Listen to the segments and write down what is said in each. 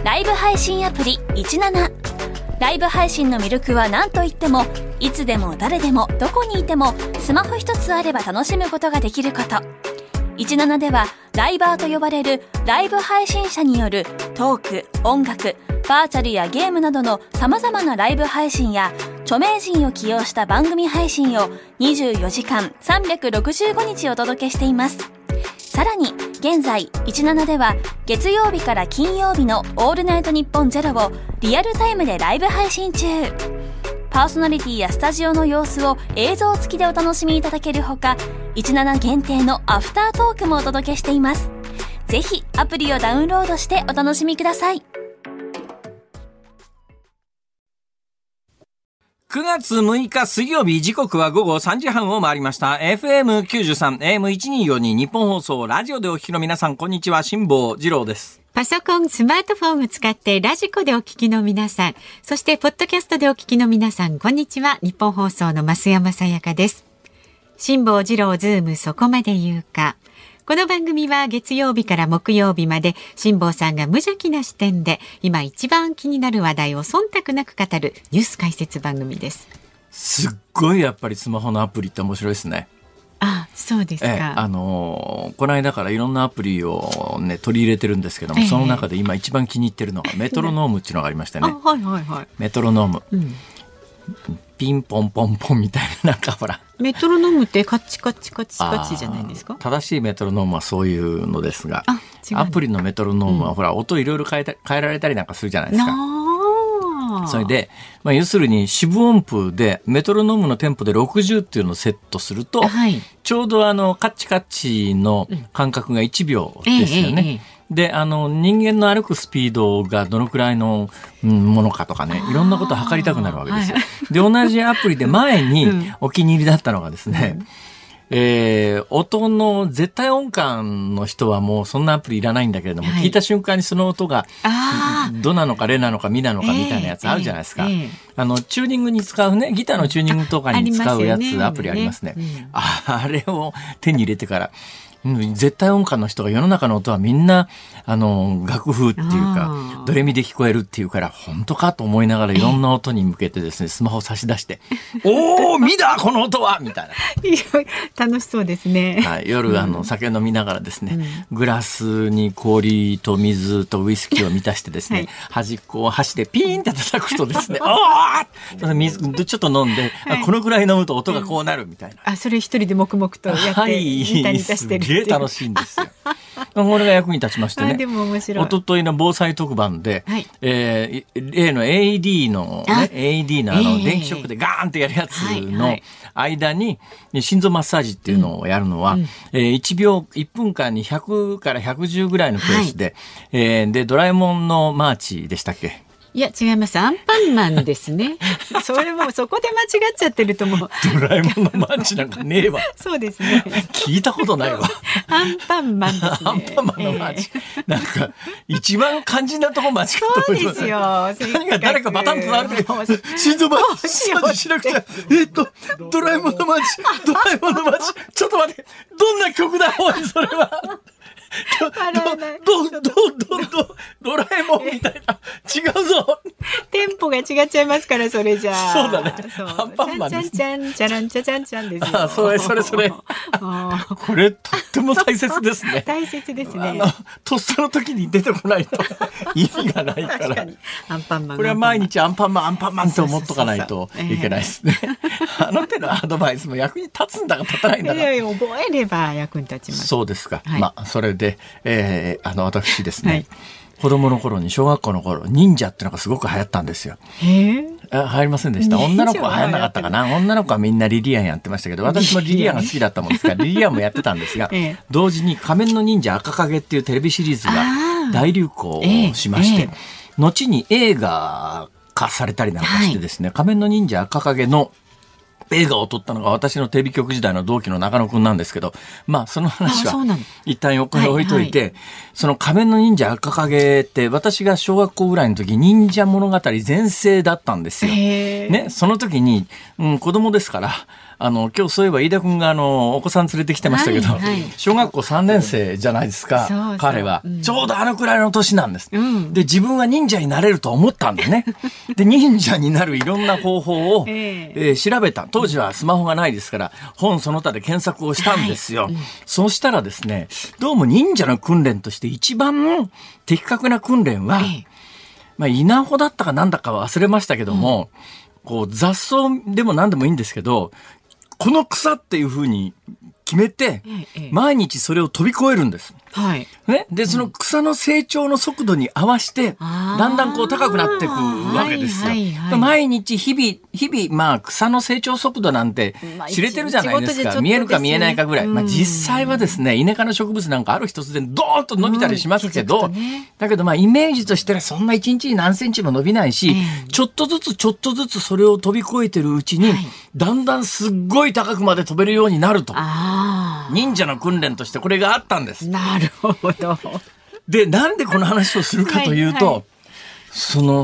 ライブ配信アプリ17。ライブ配信の魅力は何といっても、いつでも誰でもどこにいてもスマホ一つあれば楽しむことができること。17ではライバーと呼ばれるライブ配信者によるトーク、音楽、バーチャルやゲームなどの様々なライブ配信や著名人を起用した番組配信を24時間365日お届けしています。さらに現在17では月曜日から金曜日のオールナイトニッポンゼロをリアルタイムでライブ配信中。パーソナリティやスタジオの様子を映像付きでお楽しみいただけるほか、17限定のアフタートークもお届けしています。ぜひアプリをダウンロードしてお楽しみください。 9月6日水曜日、時刻は午後3時半を回りました。FM93、AM1242 日本放送ラジオでお聞きの皆さん、こんにちは。辛坊治郎です。 パソコン、スマートフォンを使ってラジコでお聞きの皆さん、そしてポッドキャストでお聞きの皆さん、こんにちは。日本放送の増山さやかです。辛坊治郎ズームそこまで言うか。この番組は月曜日から木曜日まで辛坊さんが無邪気な視点で今一番気になる話題を忖度なく語るニュース解説番組です。 すっごいやっぱりスマホのアプリって面白いですね。 あ、そうですか。 この間からいろんなアプリを、ね、取り入れてるんですけども、その中で今一番気に入ってるのがメトロノームっていうのがありましてね。 はいはいはい。 メトロノーム、ピンポンポンポンみたいな、なんかほらメトロノームってカチカチカチカチじゃないですか。 正しいメトロノームはそういうのですが、アプリのメトロノームはほら音いろいろ変えられたりなんかするじゃないですか。それで、要するに四分音符でメトロノームのテンポで60っていうのをセットすると、ちょうどカッチカッチの間隔が1秒ですよね。で、人間の歩くスピードがどのくらいのものかとかね、いろんなことを測りたくなるわけですよ。で、同じアプリで前にお気に入りだったのがですね、音の絶対音感の人はもうそんなアプリいらないんだけれども、聞いた瞬間にその音がドなのかレなのかミなのかみたいなやつあるじゃないですか。チューニングに使うね、ギターのチューニングとかに使うやつ、アプリありますね。あれを手に入れてから、絶対音感の人が世の中の音はみんな楽譜っていうかドレミで聞こえるっていうから、本当かと思いながらいろんな音に向けてですね、スマホを差し出しておーミだこの音はみたいな楽しそうですね。 はい、夜酒飲みながらですね、グラスに氷と水とウイスキーを満たしてですね、端っこを箸でピーンって叩くとですね水ちょっと飲んで、このぐらい飲むと音がこうなるみたいな。 それ一人で黙々とやってニタニタしてる。 楽しいんですよ。これが役に立ちましてね。 でも面白い。 一昨日の防災特番で、例の AED の電気ショックでガーンってやるやつの間に心臓マッサージっていうのをやるのは、1分間に100から110ぐらいのペースで、でドラえもんのマーチでしたっけ。 いや違います。アンパンマンですね。それもそこで間違っちゃってると思う。 ドラえもんのマーチなんかねえわ。 そうですね。 聞いたことないわ。 アンパンマンですね。 アンパンマンのマーチ。なんか一番肝心なとこ間違った。 そうですよ。 何か誰かバタンとなるけど、心臓マッサージしなくちゃ。ドラえもんのマーチ。ドラえもんのマーチ。ちょっと待って。どんな曲だおいそれは。ドラえもんみたいな。違うぞ。 テンポが違っちゃいますから、それじゃあ。 そうだね。アンパンマンです。 チャンチャンチャランチャチャンチャンですよ。 それ。これとっても大切ですね。 大切ですね。 とっさの時に出てこないと意味がないから。 確かに。アンパンマン。 これは毎日アンパンマンって思っとかないといけないですね。手のアドバイスも役に立つんだか立たないんだか。 覚えれば役に立ちます。 そうですか。それで、私ですね、子供の頃に小学校の頃忍者ってのがすごく流行ったんですよ。流行りませんでした。女の子は流行んなかったかな。女の子はみんなリリアンやってましたけど、私もリリアンが好きだったもんですからリリアンもやってたんですが、同時に仮面の忍者赤影っていうテレビシリーズが大流行しまして、後に映画化されたりなんかしてですね、仮面の忍者赤影の映画を撮ったのが私のテレビ局時代の同期の中野くんなんですけど、まあその話は一旦横に置いといて、はいはい、その仮面の忍者赤影って私が小学校ぐらいの時忍者物語全盛だったんですよ。ね、その時に、子供ですから、今日そういえば飯田君がお子さん連れてきてましたけど、はいはい、小学校3年生じゃないですか、そう彼は、ちょうどあのくらいの年なんです、で自分は忍者になれると思ったんでねで忍者になるいろんな方法を、調べた。当時はスマホがないですから本その他で検索をしたんですよ、はい、そうしたらですね、どうも忍者の訓練として一番的確な訓練は、まあ、稲穂だったかなんだか忘れましたけども、こう雑草でも何でもいいんですけど、この草っていうふうに決めて、毎日それを飛び越えるんです。はい。ね。で、その草の成長の速度に合わせて、だんだんこう高くなっていくわけですよ。はいはいはい、毎日日々、まあ草の成長速度なんて知れてるじゃないですか。見えるか見えないかぐらい。まあ実際はですね、イネ科の植物なんかある日突然ドーンと伸びたりしますけど、だけどまあイメージとしてはそんな1日に何センチも伸びないし、ちょっとずつそれを飛び越えてるうちに、だんだんすっごい高くまで飛べるようになると。忍者の訓練としてこれがあったんです。 なるほど。 で、なんでこの話をするかというと、はいはい、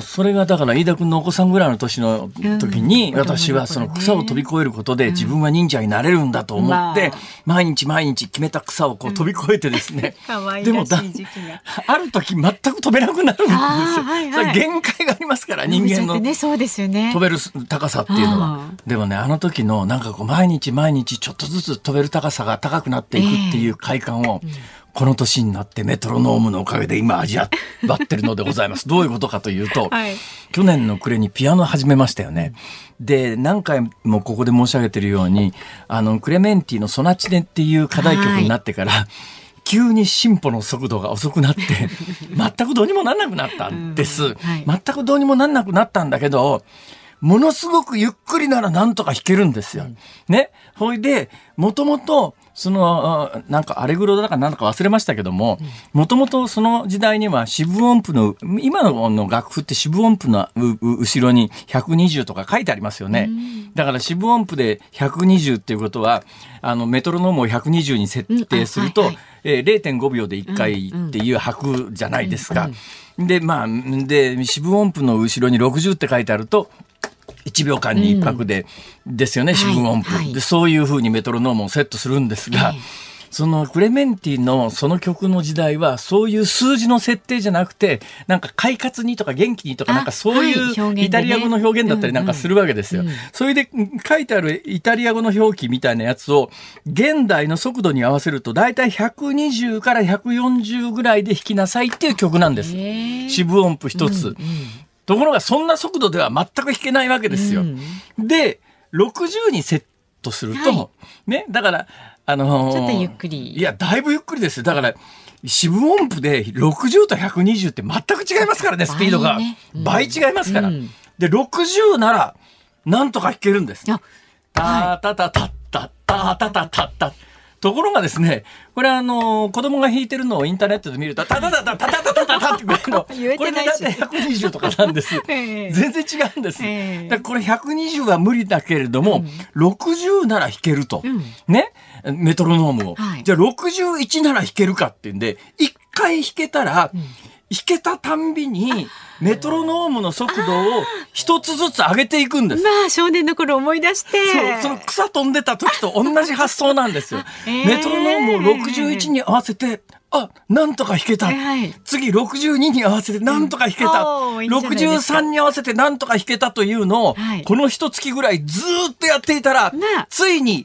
それがだから飯田君のお子さんぐらいの年の時に、私はその草を飛び越えることで自分は忍者になれるんだと思って、毎日決めた草をこう飛び越えてですね、でもある時全く飛べなくなるんですよ。はいはい、それ限界がありますから、人間の飛べる高さっていうのは。でもね、あの時のなんかこう毎日ちょっとずつ飛べる高さが高くなっていくっていう快感を、この年になってメトロノームのおかげで今味わってるのでございます。どういうことかというと、はい、去年の暮れにピアノ始めましたよね。で、何回もここで申し上げてるように、クレメンティのソナチネっていう課題曲になってから、急に進歩の速度が遅くなって、全くどうにもなんなくなったんです。全くどうにもなんなくなったんだけど、ものすごくゆっくりならなんとか弾けるんですよ。ね。ほいで、もともと、なんかアレグロだかなんだか忘れましたけども、もともとその時代には四分音符の、今の楽譜って四分音符の後ろに120とか書いてありますよね。だから四分音符で120っていうことは、メトロノームを120に設定すると、0.5 秒で1回っていう拍じゃないですか。で、まあ、四分音符の後ろに60って書いてあると、1秒間に1拍ですよね、四分音符、はいはい、でそういう風にメトロノームをセットするんですが、そのクレメンティのその曲の時代はそういう数字の設定じゃなくて、なんか快活にとか元気にとかなんかそういうイタリア語の表現だったりなんかするわけですよ。それで書いてあるイタリア語の表記みたいなやつを現代の速度に合わせるとだいたい120から140ぐらいで弾きなさいっていう曲なんです。四分音符一つ。ところがそんな速度では全く弾けないわけですよ。で、60にセットすると、はい、ね、だからちょっとゆっくり。 いや、だいぶゆっくりですよ。だから四分音符で60と120って全く違いますからね、スピードが。倍違いますから。で、60ならなんとか弾けるんです。タタタタタタタタタタタ。ところがですね、これ子供が弾いてるのをインターネットで見ると、タタタタタタタタタタってぐらいの、これでだいたい120とかなんです。全然違うんです。だからこれ120は無理だけれども、60なら弾けると。ね。メトロノームを。じゃあ61なら弾けるかっていうんで、1回弾けたら、弾けたたんびにメトロノームの速度を一つずつ上げていくんです。 まあ少年の頃思い出して。 その草飛んでた時と同じ発想なんですよ。メトロノームを61に合わせて、なんとか弾けた。次62に合わせてなんとか弾けた。63に合わせてなんとか弾けたというのを、この一月ぐらいずーっとやっていたら、ついに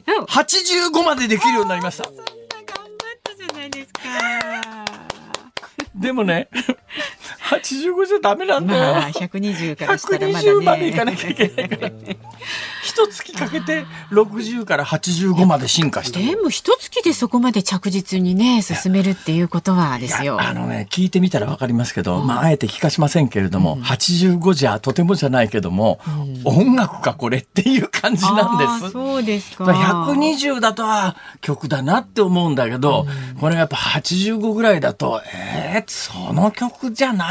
85までできるようになりました。 そんな頑張ったじゃないですか。 でもね、85じゃダメなんだよ。 まあ、120からしたらまだね。 120までいかなきゃいけないから。一月かけて60から85まで進化した。 でも一月でそこまで着実にね、進めるっていうことはですよ。 聞いてみたらわかりますけど、まあ、あえて聞かしませんけれども、85じゃとてもじゃないけども、音楽かこれっていう感じなんです。 そうですか。 120だとは曲だなって思うんだけど、これやっぱ85ぐらいだと、その曲じゃない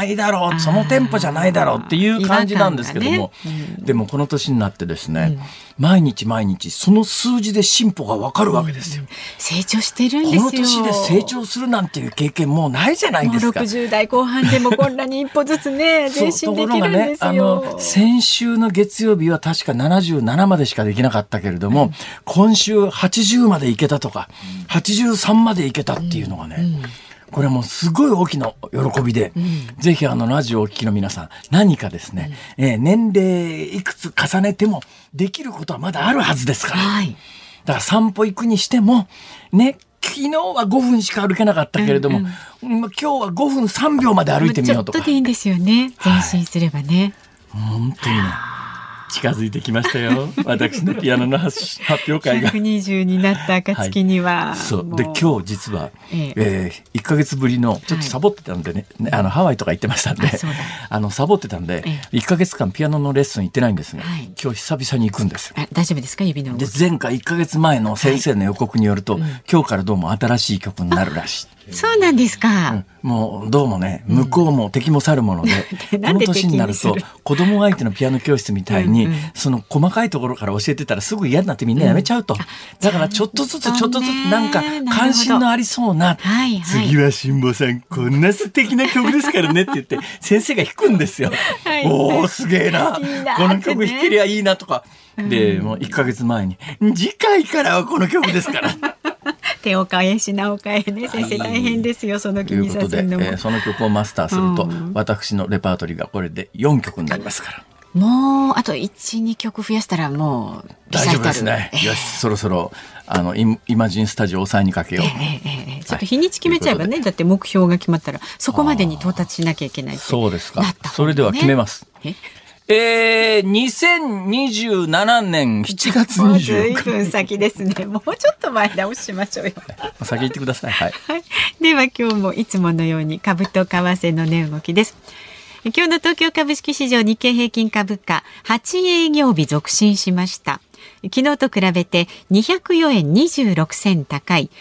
ないだろう、そのテンポじゃないだろうっていう感じなんですけども、でもこの年になってですね、毎日その数字で進歩がわかるわけですよ。 成長してるんですよ。 この年で成長するなんていう経験もうないじゃないですか。 もう60代後半でもこんなに一歩ずつね前進できるんですよ。 先週の月曜日は確か77までしかできなかったけれども、今週80までいけたとか、83までいけたっていうのがね、これはもうすごい大きな喜びで、ぜひラジオをお聞きの皆さん、何かですね、年齢いくつ重ねてもできることはまだあるはずですから、だから散歩行くにしてもね、昨日は5分しか歩けなかったけれども、今日は5分3秒まで歩いてみようとか、 ちょっとでいいんですよね、前進すればね、 本当にね近づいてきましたよ私のピアノの発表会が 120になった暁には、 そうで、今日実は、1ヶ月ぶりのちょっとサボってたんでね、ハワイとか行ってましたんで、サボってたんで、1ヶ月間ピアノのレッスン行ってないんですが、今日久々に行くんですよ。 大丈夫ですか、指の動き。 で、前回1ヶ月前の先生の予告によると、今日からどうも新しい曲になるらしい。 そうなんですか、 もうどうもね、向こうも敵も去るもので、この年になると子供相手のピアノ教室みたいに、その細かいところから教えてたらすぐ嫌になってみんなやめちゃうと、だからちょっとずつなんか関心のありそうな、次は辛坊さんこんな素敵な曲ですからねって言って先生が弾くんですよ。おーすげえな、この曲弾けりゃいいなとかで、もう1ヶ月前に次回からはこの曲ですから手を変え品を変えね、先生大変ですよ、その気にさせるのも。 その曲をマスターすると、私のレパートリーがこれで4曲になりますから、 もうあと 1,2 曲増やしたらもう大丈夫ですね。よし、そろそろイマジンスタジオを抑えにかけよう。 ちょっと日にち決めちゃえばね、だって目標が決まったらそこまでに到達しなきゃいけないって。 そうですか、それでは決めます。2027年7月24日。 ずいぶん先ですね。もうちょっと前倒しましょうよ。 先言ってください。はい。 では今日もいつものように株と為替の値動きです。今日の東京株式市場、日経平均株価8営業日続伸しました。昨日と比べて204円26銭高い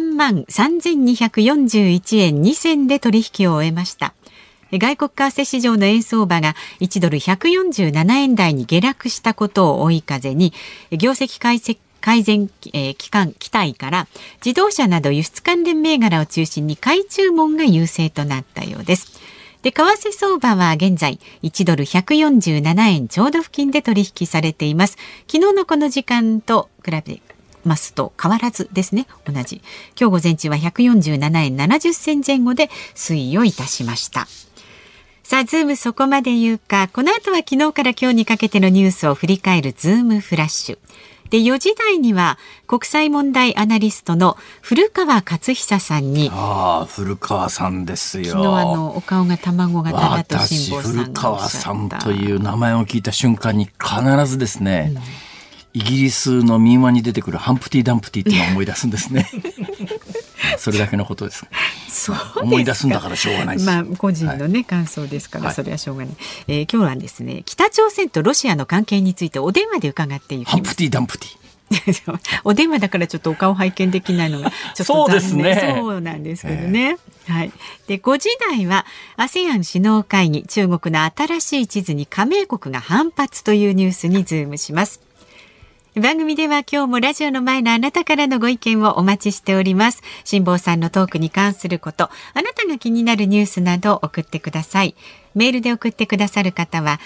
33,241 円2銭で取引を終えました。外国為替市場の円相場が1ドル147円台に下落したことを追い風に、業績改善期待から自動車など輸出関連銘柄を中心に買い注文が優勢となったようです。で、為替相場は現在1ドル147円ちょうど付近で取引されています。昨日のこの時間と比べますと変わらずですね、同じ。今日午前中は147円70銭前後で推移をいたしました。さあ、ズームそこまで言うか。この後は昨日から今日にかけてのニュースを振り返るズームフラッシュ。で、4時台には国際問題アナリストの古川勝久さんに。 古川さんですよ。 昨日お顔が卵型だと辛坊さんがおっしゃった。 古川さんという名前を聞いた瞬間に必ずですね、イギリスの民話に出てくるハンプティ・ダンプティっていうのを思い出すんですね。それだけのことです。 そうですか。 思い出すんだからしょうがないです。 個人のね、感想ですから、それはしょうがない。今日はですね、北朝鮮とロシアの関係についてお電話で伺っていきます。 ハンプティ・ダンプティ。 お電話だからちょっとお顔拝見できないのがちょっと残念。 そうですね。 そうなんですけどね。はい。で、5時台は ASEAN 首脳会議、中国の新しい地図に加盟国が反発というニュースにズームします。番組では今日もラジオの前のあなたからのご意見をお待ちしております。辛坊さんのトークに関すること、あなたが気になるニュースなど送ってください。メールで送ってくださる方は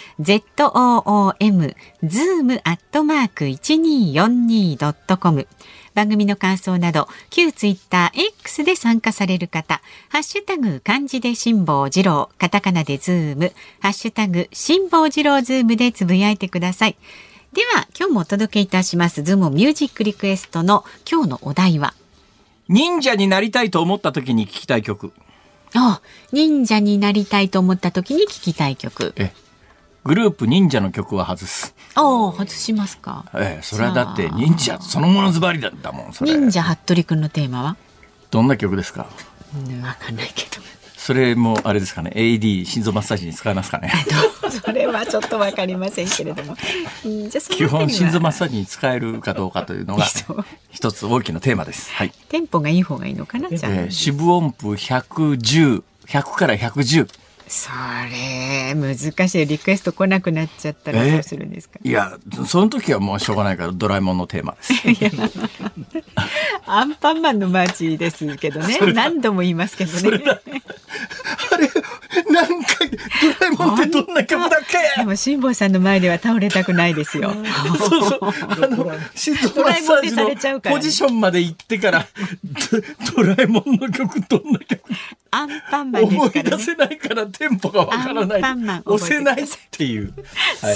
zoom@1242.com、 番組の感想など旧ツイッター X で参加される方、ハッシュタグ漢字で辛坊治郎、カタカナでズーム、ハッシュタグ辛坊治郎ズームでつぶやいてください。では今日もお届けいたしますズームミュージックリクエストの今日のお題は、 忍者になりたいと思った時に聴きたい曲。 忍者になりたいと思った時に聴きたい曲。 グループ忍者の曲は外す。 外しますか。 それはだって忍者そのものズバリだったもん。それ忍者服部くんのテーマはどんな曲ですか。 わかんないけど。 それもあれですかね、 AED 心臓マッサージに使えますかね。 それはちょっとわかりませんけれども、じゃ基本心臓マッサージに使えるかどうかというのが一つ大きなテーマです。はい。 テンポがいい方がいいのかな。じゃあ、 四分音符110、100から110。 それ難しい。リクエスト来なくなっちゃったらどうするんですか？ いやその時はもうしょうがないからドラえもんのテーマですアンパンマンのマーチですけどね。何度も言いますけどね。 あれ何回ドラえもんってどんな曲だっけ？ でも辛坊さんの前では倒れたくないですよ。 心臓マッサージのポジションまで行ってからドラえもんの曲どんな曲？ アンパンマンですからね。 思い出せないからテンポがわからない。押せないっていう、 はい、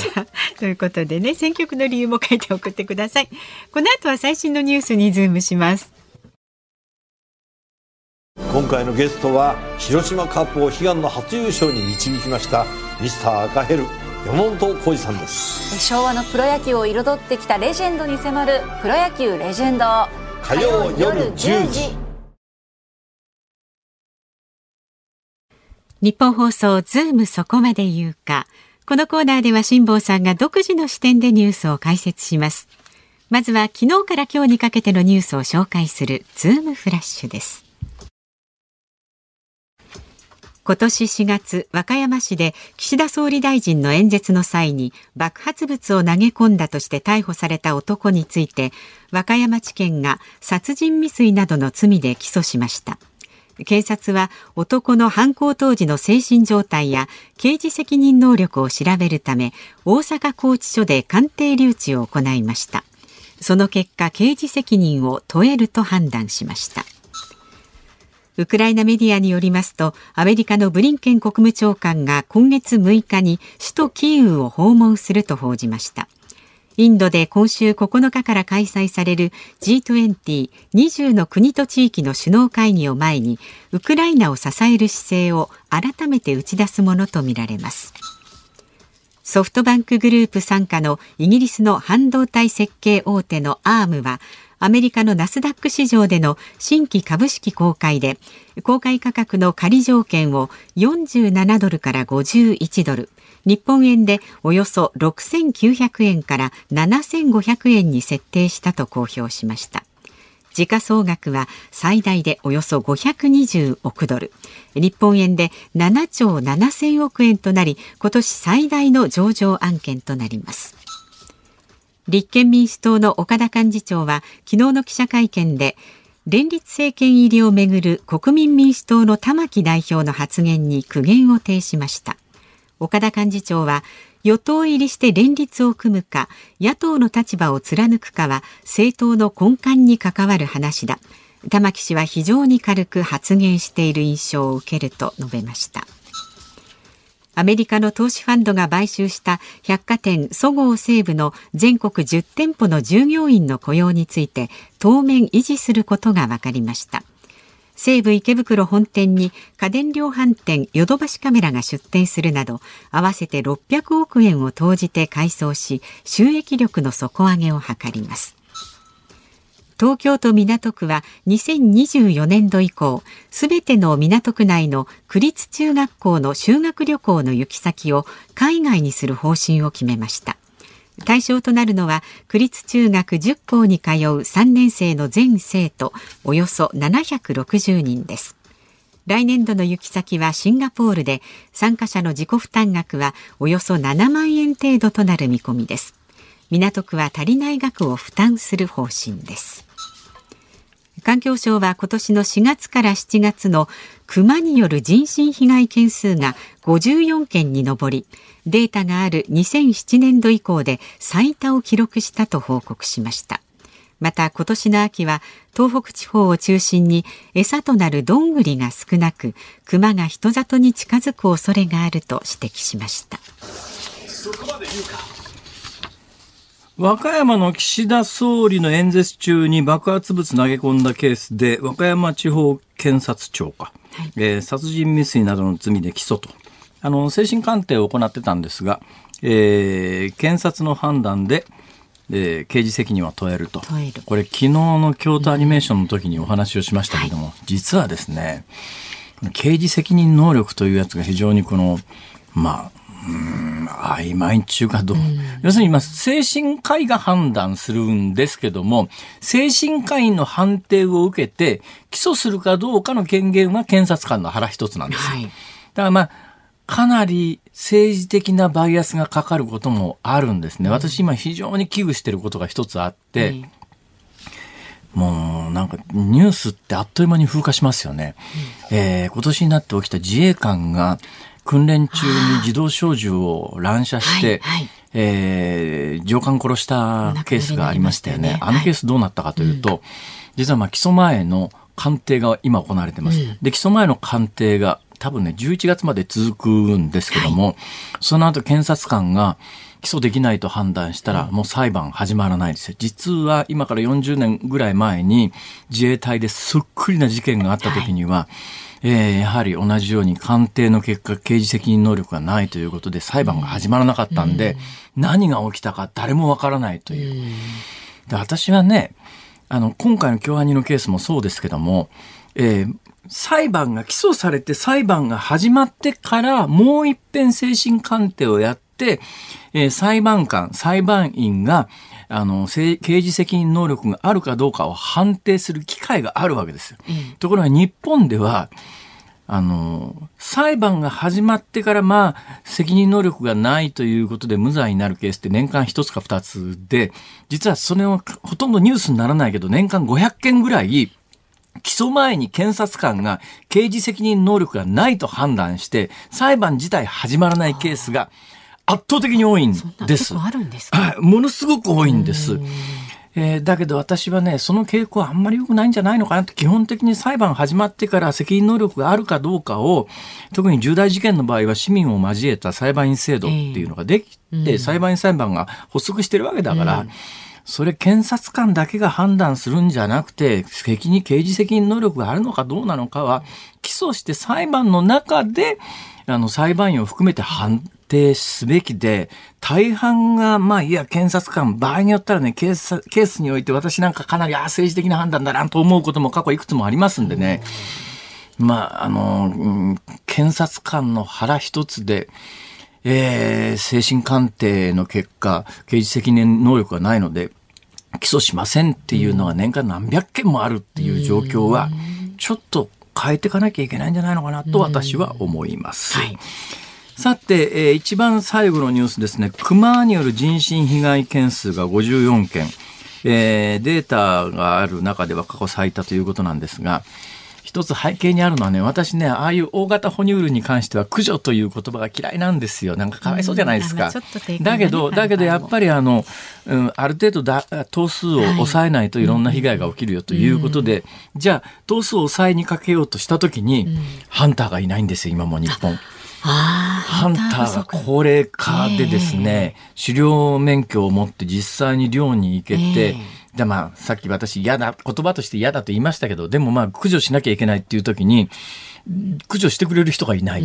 ということでね、選曲の理由も書いて送ってください。この後は最新のニュースにズームします。 今回のゲストは広島カップを悲願の初優勝に導きましたミスター赤ヘル山本浩二さんです。 昭和のプロ野球を彩ってきたレジェンドに迫るプロ野球レジェンド、 火曜夜10時。 日本放送ズームそこまで言うか。このコーナーでは辛坊さんが独自の視点でニュースを解説します。まずは昨日から今日にかけてのニュースを紹介するズームフラッシュです。今年4月、和歌山市で岸田総理大臣の演説の際に爆発物を投げ込んだとして逮捕された男について、和歌山地検が殺人未遂などの罪で起訴しました。警察は男の犯行当時の精神状態や刑事責任能力を調べるため、大阪拘置所で鑑定留置を行いました。その結果、刑事責任を問えると判断しました。ウクライナメディアによりますと、アメリカのブリンケン国務長官が今月6日に首都キーウを訪問すると報じました。インドで今週9日から開催される G20 20の国と地域の首脳会議を前に、ウクライナを支える姿勢を改めて打ち出すものとみられます。ソフトバンクグループ傘下のイギリスの半導体設計大手のアームは、アメリカのナスダック市場での新規株式公開で、公開価格の仮条件を47ドルから51ドル、日本円でおよそ6900円から7500円に設定したと公表しました。時価総額は最大でおよそ520億ドル、日本円で7兆7000億円となり、今年最大の上場案件となります。立憲民主党の岡田幹事長は昨日の記者会見で、連立政権入りをめぐる国民民主党の玉木代表の発言に苦言を呈しました。岡田幹事長は、与党入りして連立を組むか、野党の立場を貫くかは政党の根幹に関わる話だ。玉木氏は非常に軽く発言している印象を受けると述べました。アメリカの投資ファンドが買収した百貨店そごう・西武の全国10店舗の従業員の雇用について当面維持することが分かりました。西武池袋本店に家電量販店ヨドバシカメラが出店するなど、合わせて600億円を投じて改装し、収益力の底上げを図ります。東京都港区は2024年度以降、すべての港区内の区立中学校の修学旅行の行き先を海外にする方針を決めました。対象となるのは区立中学10校に通う3年生の全生徒およそ760人です。来年度の行き先はシンガポールで、参加者の自己負担額はおよそ7万円程度となる見込みです。港区は足りない額を負担する方針です。環境省は今年の4月から7月のクマによる人身被害件数が54件に上り、データがある2007年度以降で最多を記録したと報告しました。また今年の秋は東北地方を中心に餌となるどんぐりが少なく、クマが人里に近づく恐れがあると指摘しました。そこまで言うか。 和歌山の岸田総理の演説中に爆発物投げ込んだケースで、和歌山地方検察庁か、殺人未遂などの罪で起訴と、精神鑑定を行ってたんですが、検察の判断で、刑事責任は問えると。これ昨日の京都アニメーションの時にお話をしましたけども、実はですね、刑事責任能力というやつが非常に曖昧中かどう、要するに今精神科医が判断するんですけども、精神科医の判定を受けて起訴するかどうかの権限は検察官の腹一つなんですよ。だからかなり政治的なバイアスがかかることもあるんですね。私今非常に危惧していることが一つあって、もうなんかニュースってあっという間に風化しますよね。今年になって起きた自衛官が訓練中に自動小銃を乱射して、上官殺したケースがありましたよね。あのケースどうなったかというと、実は起訴前の鑑定が今行われています。で、起訴前の鑑定が多分ね、11月まで続くんですけども、その後検察官が起訴できないと判断したら、もう裁判始まらないですよ。実は今から40年ぐらい前に自衛隊でそっくりな事件があった時には、やはり同じように鑑定の結果、刑事責任能力がないということで裁判が始まらなかったんで、何が起きたか誰もわからないという。で、私はね、今回の京アニのケースもそうですけども、裁判が起訴されて裁判が始まってからもう一遍精神鑑定をやって、裁判員が刑事責任能力があるかどうかを判定する機会があるわけですよ。ところが日本では裁判が始まってから責任能力がないということで無罪になるケースって年間1つか2つで、実はそれをほとんどニュースにならないけど年間500件ぐらい起訴前に検察官が刑事責任能力がないと判断して裁判自体始まらないケースが圧倒的に多いんです。そんな結構あるんですか？ものすごく多いんです。だけど私はね、その傾向はあんまり良くないんじゃないのかなと。基本的に裁判始まってから責任能力があるかどうかを、特に重大事件の場合は市民を交えた裁判員制度っていうのができて、裁判員裁判が発足してるわけだから、それ検察官だけが判断するんじゃなくて、刑事責任能力があるのかどうなのかは、起訴して裁判の中で、裁判員を含めて判定すべきで、大半が、検察官、場合によったらね、ケースにおいて私なんかかなり政治的な判断だなと思うことも過去いくつもありますんでね。検察官の腹一つで、精神鑑定の結果、刑事責任能力がないので、起訴しませんっていうのが年間何百件もあるっていう状況は、ちょっと変えていかなきゃいけないんじゃないのかなと私は思います。さて、一番最後のニュースですね。熊による人身被害件数が54件、データがある中では過去最多ということなんですが、一つ背景にあるのはね、私ね、ああいう大型哺乳類に関しては駆除という言葉が嫌いなんですよ。なんかかわいそうじゃないですか。だけどやっぱりある程度頭数を抑えないといろんな被害が起きるよということで、じゃあ頭数を抑えにかけようとしたときに、ハンターがいないんですよ、今も日本。ハンターが高齢化でですね、狩猟免許を持って実際に猟に行けて、でさっき私言葉として嫌だと言いましたけど、でも駆除しなきゃいけないっていう時に駆除してくれる人がいない。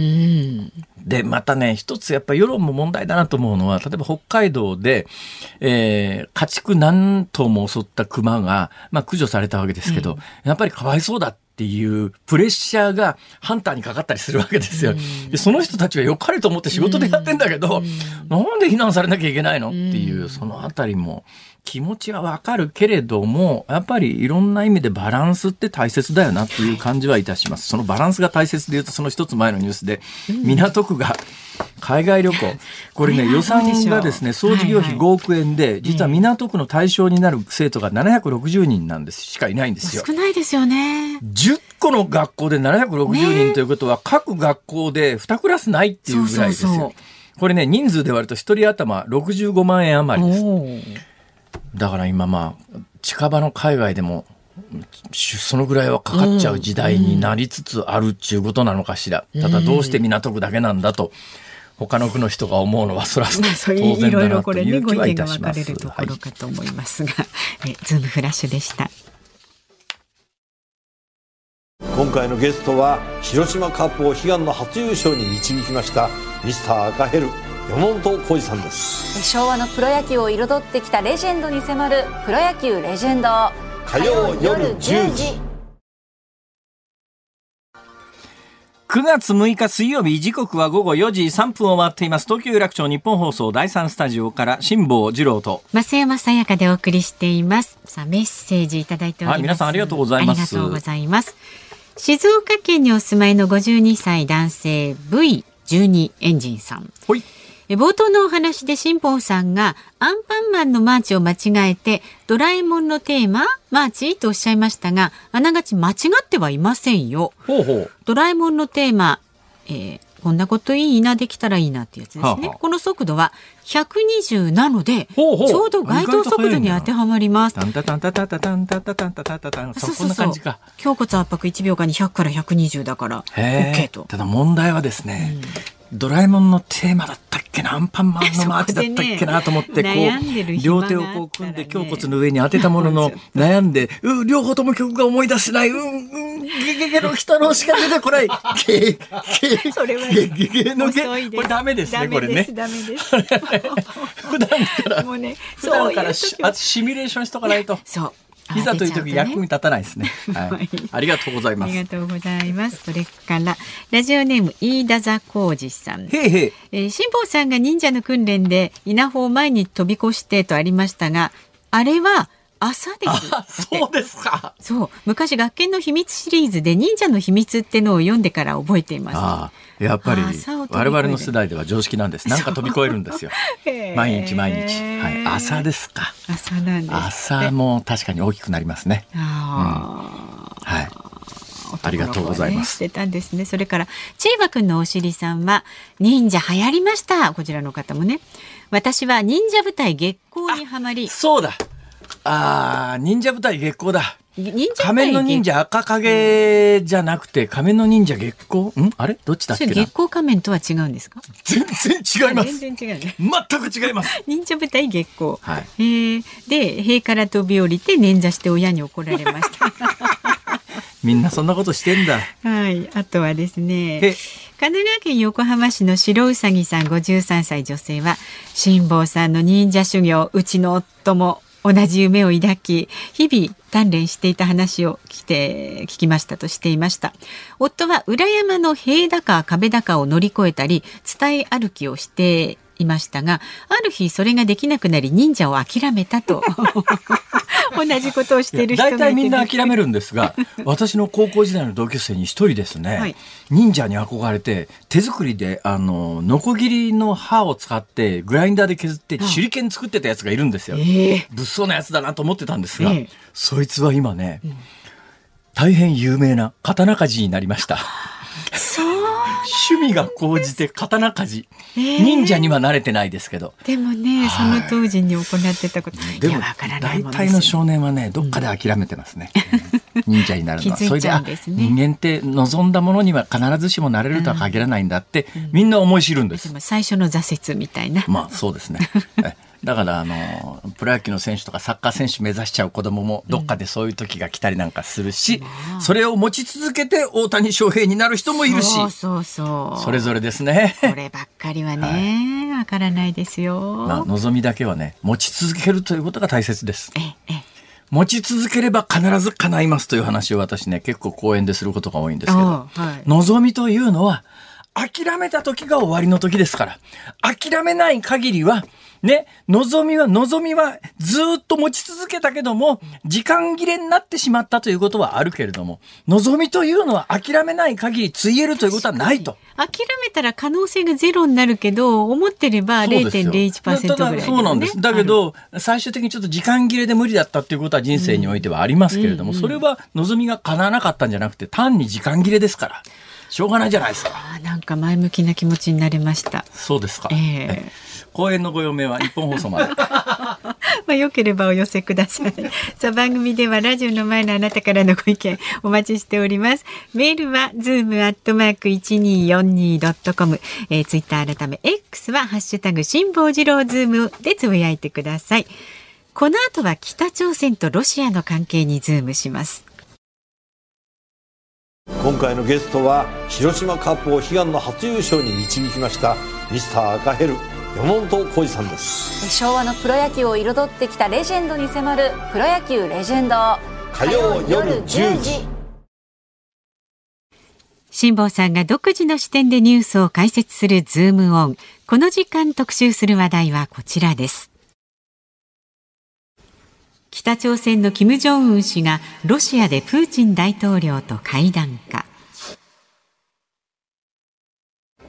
でまたね、一つやっぱり世論も問題だなと思うのは、例えば北海道で、家畜何頭も襲った熊が、駆除されたわけですけど、やっぱりかわいそうだっていうプレッシャーがハンターにかかったりするわけですよ。でその人たちは良かれと思って仕事でやってんだけど、なんで非難されなきゃいけないのっていう、そのあたりも気持ちはわかるけれども、やっぱりいろんな意味でバランスって大切だよなっていう感じはいたします。そのバランスが大切で言うと、その一つ前のニュースで、港区が海外旅行、これね、予算がですね、総事業費5億円で、実は港区の対象になる生徒が760人なんです、しかいないんですよ。 少ないですよね。 10個の学校で760人ということは、各学校で2クラスないっていうぐらいですよ。これね、人数で割ると1人頭65万円余りです。だから今近場の海外でもそのぐらいはかかっちゃう時代になりつつあるっていうことなのかしら。ただどうして港区だけなんだと他の区の人が思うのはそれは当然だなという気はいたします。 いろいろこれね、ご意見が分かれるところかと思いますが、ズームフラッシュでした。 今回のゲストは広島カップを悲願の初優勝に導きましたミスター赤ヘル山本浩二さんです。 昭和のプロ野球を彩ってきたレジェンドに迫るプロ野球レジェンド、 火曜夜10時。 9月6日水曜日、時刻は午後4時3分を回っています。東京有楽町日本放送第3スタジオから辛坊治郎と増山さやかでお送りしています。さあ、メッセージいただいております。 皆さんありがとうございます。 ありがとうございます。静岡県にお住まいの52歳男性 V 12エンジンさん。 ほい。 冒頭のお話で辛坊さんがアンパンマンのマーチを間違えてドラえもんのテーママーチとおっしゃいましたが、あながち間違ってはいませんよ。 ほうほう。 ドラえもんのテーマ、こんなこといいな、できたらいいなってやつですね。はあはあ、この速度は120なので、ちょうど該当速度に当てはまります。 タンタタンタタタタンタタタンタタタタン、こんな感じか。 胸骨圧迫1秒間に100から120だから OK と。 ただ問題はですね、ドラえもんのテーマだったっけな、アンパンマンのマーチだったっけなと思って、こう両手をこう組んで胸骨の上に当てたものの悩んで、両方とも曲が思い出せない、ゲゲゲの人のしか出てこない、ゲゲゲのゲ、これダメですね、これね。 ダメです。 普段からシミュレーションしとかないと。 そう。 いざという時役に立たないですね。はい。ありがとうございます。 ありがとうございます。それからラジオネーム飯田座浩二さん。 へい。 辛坊さんが忍者の訓練で稲穂を前に飛び越してとありましたが、あれは朝です。 そうですか。 そう。昔学研の秘密シリーズで忍者の秘密ってのを読んでから覚えています。 やっぱり我々の世代では常識なんです。なんか飛び越えるんですよ。毎日。はい。朝ですか。 朝なんです。 朝も確かに大きくなりますね。はい。ありがとうございます。 してたんですね。それからチーバくんのおしりさんは忍者流行りました。こちらの方もね。私は忍者部隊月光にはまり。 そうだ。忍者部隊月光だ。仮面の忍者赤影じゃなくて仮面の忍者月光？あれどっちだっけな。 月光仮面とは違うんですか？ 全然違います。 全然違うね。 全く違います。 忍者部隊月光。 はい。 で塀から飛び降りて捻挫して親に怒られました。 みんなそんなことしてんだ。 はい。あとはですね、神奈川県横浜市の白うさぎさん53歳女性は、辛坊さんの忍者修行、うちの夫も同じ夢を抱き、日々鍛錬していた話を聞きましたとしていました。夫は裏山の塀高壁高を乗り越えたり伝え歩きをしていましたが、ある日それができなくなり忍者を諦めたと同じことをしている人がいて、 大体みんな諦めるんですが、私の高校時代の同級生に一人ですね、はい、忍者に憧れて手作りでノコギリの刃を使ってグラインダーで削って手裏剣作ってたやつがいるんですよ。物騒なやつだなと思ってたんですが、そいつは今ね、大変有名な刀鍛冶になりました。趣味が高じて刀鍛冶、忍者には慣れてないですけど、 でもね、その当時に行ってたこと、 でも大体の少年はね、どっかで諦めてますね。忍者になるのは。それで人間って望んだものには必ずしもなれるとは限らないんだって、みんな思い知るんです。 でも最初の挫折みたいな。 まあそうですね。だからプロ野球の選手とかサッカー選手目指しちゃう子供もどっかでそういう時が来たりなんかするし、それを持ち続けて大谷翔平になる人もいるし、それぞれですね。 こればっかりはね、わからないですよ。 まあ望みだけはね、持ち続けるということが大切です。持ち続ければ必ず叶いますという話を私ね、結構講演ですることが多いんですけど、望みというのは諦めた時が終わりの時ですから、諦めない限りはね、望みはずっと持ち続けたけども時間切れになってしまったということはあるけれども、望みというのは諦めない限りついえるということはないと。 諦めたら可能性がゼロになるけど、思ってれば 0.01% ぐらい、ね、 そうなんです。だけど最終的にちょっと時間切れで無理だったっていうことは人生においてはありますけれども、それは望みが叶わなかったんじゃなくて単に時間切れですからしょうがないじゃないですか。 なんか前向きな気持ちになれました。 そうですか。講演のご用命は日本放送まで。 よければお寄せください。さあ、番組ではラジオの前のあなたからのご意見お待ちしております。メールは zoom@1242.com、ツイッター改め X はハッシュタグ辛坊治郎ズームでつぶやいてください。この後は北朝鮮とロシアの関係にズームします。 今回のゲストは広島カップを悲願の初優勝に導きましたミスター赤ヘル山本浩二さんです。 昭和のプロ野球を彩ってきたレジェンドに迫るプロ野球レジェンド、 火曜夜10時。 辛坊さんが独自の視点でニュースを解説するズームオン。この時間特集する話題はこちらです。北朝鮮の金正恩氏がロシアでプーチン大統領と会談か。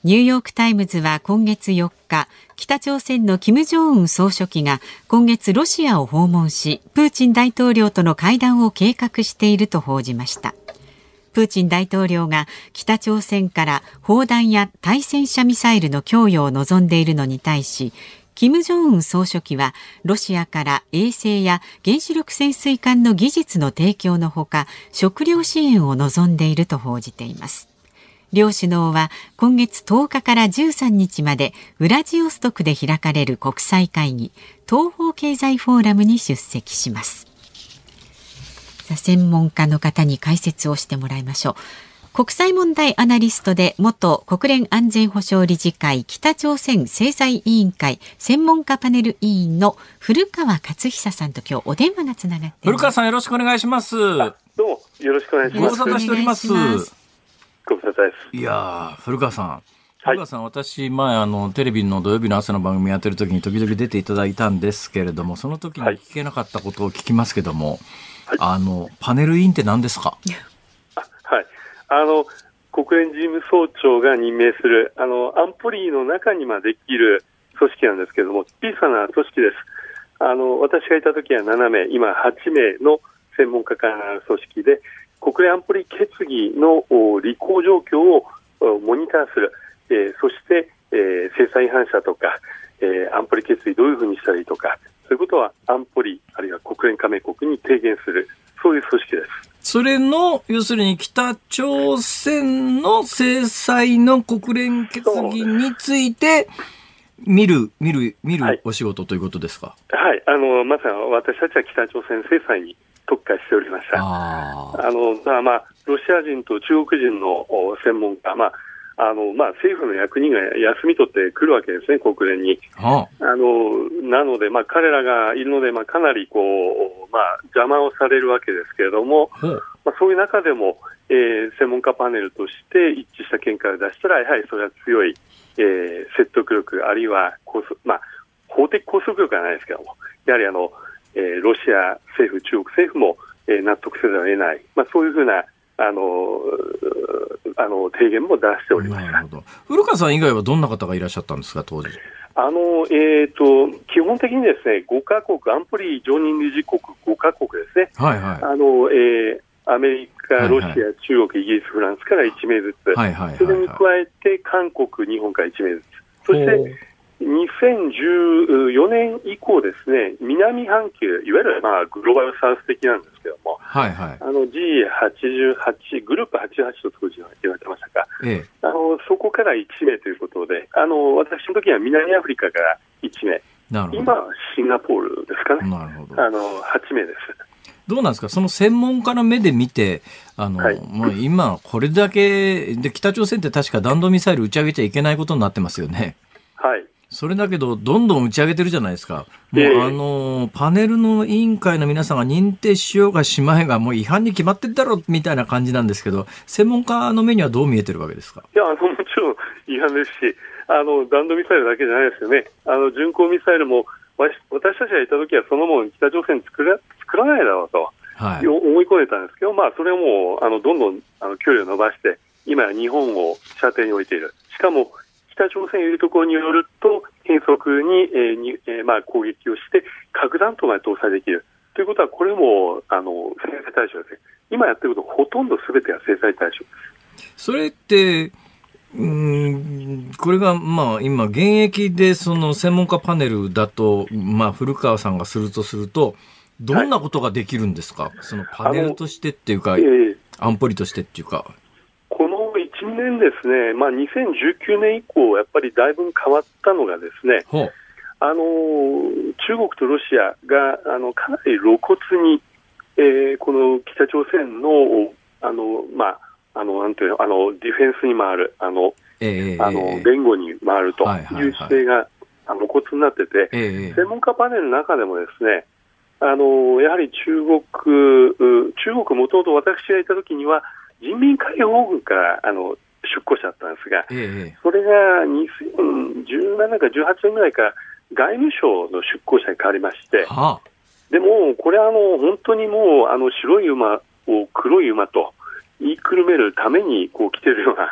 ニューヨークタイムズは今月4日、北朝鮮の金正恩総書記が今月ロシアを訪問し、プーチン大統領との会談を計画していると報じました。プーチン大統領が北朝鮮から砲弾や対戦車ミサイルの供与を望んでいるのに対し、金正恩総書記はロシアから衛星や原子力潜水艦の技術の提供のほか、食料支援を望んでいると報じています。両首脳は今月10日から13日までウラジオストクで開かれる国際会議、東方経済フォーラムに出席します。専門家の方に解説をしてもらいましょう。国際問題アナリストで元国連安全保障理事会北朝鮮制裁委員会専門家パネル委員の古川勝久さんと今日お電話がつながっています。 古川さん、よろしくお願いします。どうもよろしくお願いします。 ご無沙汰しております。 ご無沙汰です。 いや古川さん、古川さん、私前テレビの土曜日の朝の番組やってる時に時々出ていただいたんですけれども、その時に聞けなかったことを聞きますけども、パネル委員って何ですか？ はい、国連事務総長が任命する安保理の中にできる組織なんですけれども、小さな組織です。私がいた時は7名、今8名の専門家からなる組織で、国連安保理決議の履行状況をモニターする、そして、制裁違反者とか、安保理決議どういうふうにしたらいいとか、そういうことは安保理あるいは国連加盟国に提言する、そういう組織です。それの要するに北朝鮮の制裁の国連決議について見るお仕事ということですか？ はい、まさに私たちは北朝鮮制裁に特化しておりました。ロシア人と中国人の専門家、政府の役人が休み取ってくるわけですね、国連に。なので、彼らがいるので、かなり邪魔をされるわけですけれども、そういう中でも、専門家パネルとして一致した見解を出したら、やはりそれは強い、説得力、あるいは法的拘束力はないですけども、やはりロシア政府、中国政府も、納得せざるを得ない、そういうふうな提言も出しておりました。 なるほど。古川さん以外はどんな方がいらっしゃったんですか、当時？ 基本的にですね、5カ国、安保理常任理事国5カ国ですね。 はいはい。 アメリカ、ロシア、中国、イギリス、フランスから1名ずつ。それに加えて、韓国、日本から1名ずつ。そして、2014年以降ですね、南半球、いわゆるグローバルサウス的なんですけども、G88、グループ88と当時は言われてましたが、そこから1名ということで、私の時は南アフリカから1名、今はシンガポールですかね。なるほど。8名です。 どうなんですか、その専門家の目で見て、もう今これだけで北朝鮮って確か弾道ミサイル打ち上げちゃいけないことになってますよね。 はい。 それだけどどんどん打ち上げてるじゃないですか。もうパネルの委員会の皆さんが認定しようがしまいがもう違反に決まってるだろうみたいな感じなんですけど、専門家の目にはどう見えてるわけですか？ いや、もちろん違反ですし、弾道ミサイルだけじゃないですよね。巡航ミサイルも私たちがいた時はそのもの北朝鮮作らないだろうと、思い込んでたんですけど、それをもうどんどん距離を伸ばして今や日本を射程に置いている。しかも北朝鮮いるところによると変則に、攻撃をして核弾頭まで搭載できるということは、これも制裁対象です。今やってることほとんど全てが制裁対象です。 それってこれが今現役でその専門家パネルだと、古川さんがするとどんなことができるんですか？そのパネルとしてっていうか、安保理としてっていうか。 この1年ですね、2019年以降やっぱりだいぶ変わったのがですね、中国とロシアがかなり露骨に、この北朝鮮のなんていうの、ディフェンスに回る弁護に回るという姿勢が露骨になってて、専門家パネルの中でもですね、やはり中国もともと私がいた時には人民解放軍から出向者だったんですが、それが2017か18年ぐらいから外務省の出向者に変わりまして、でもこれは本当にもう白い馬を黒い馬と言いくるめるために来てるような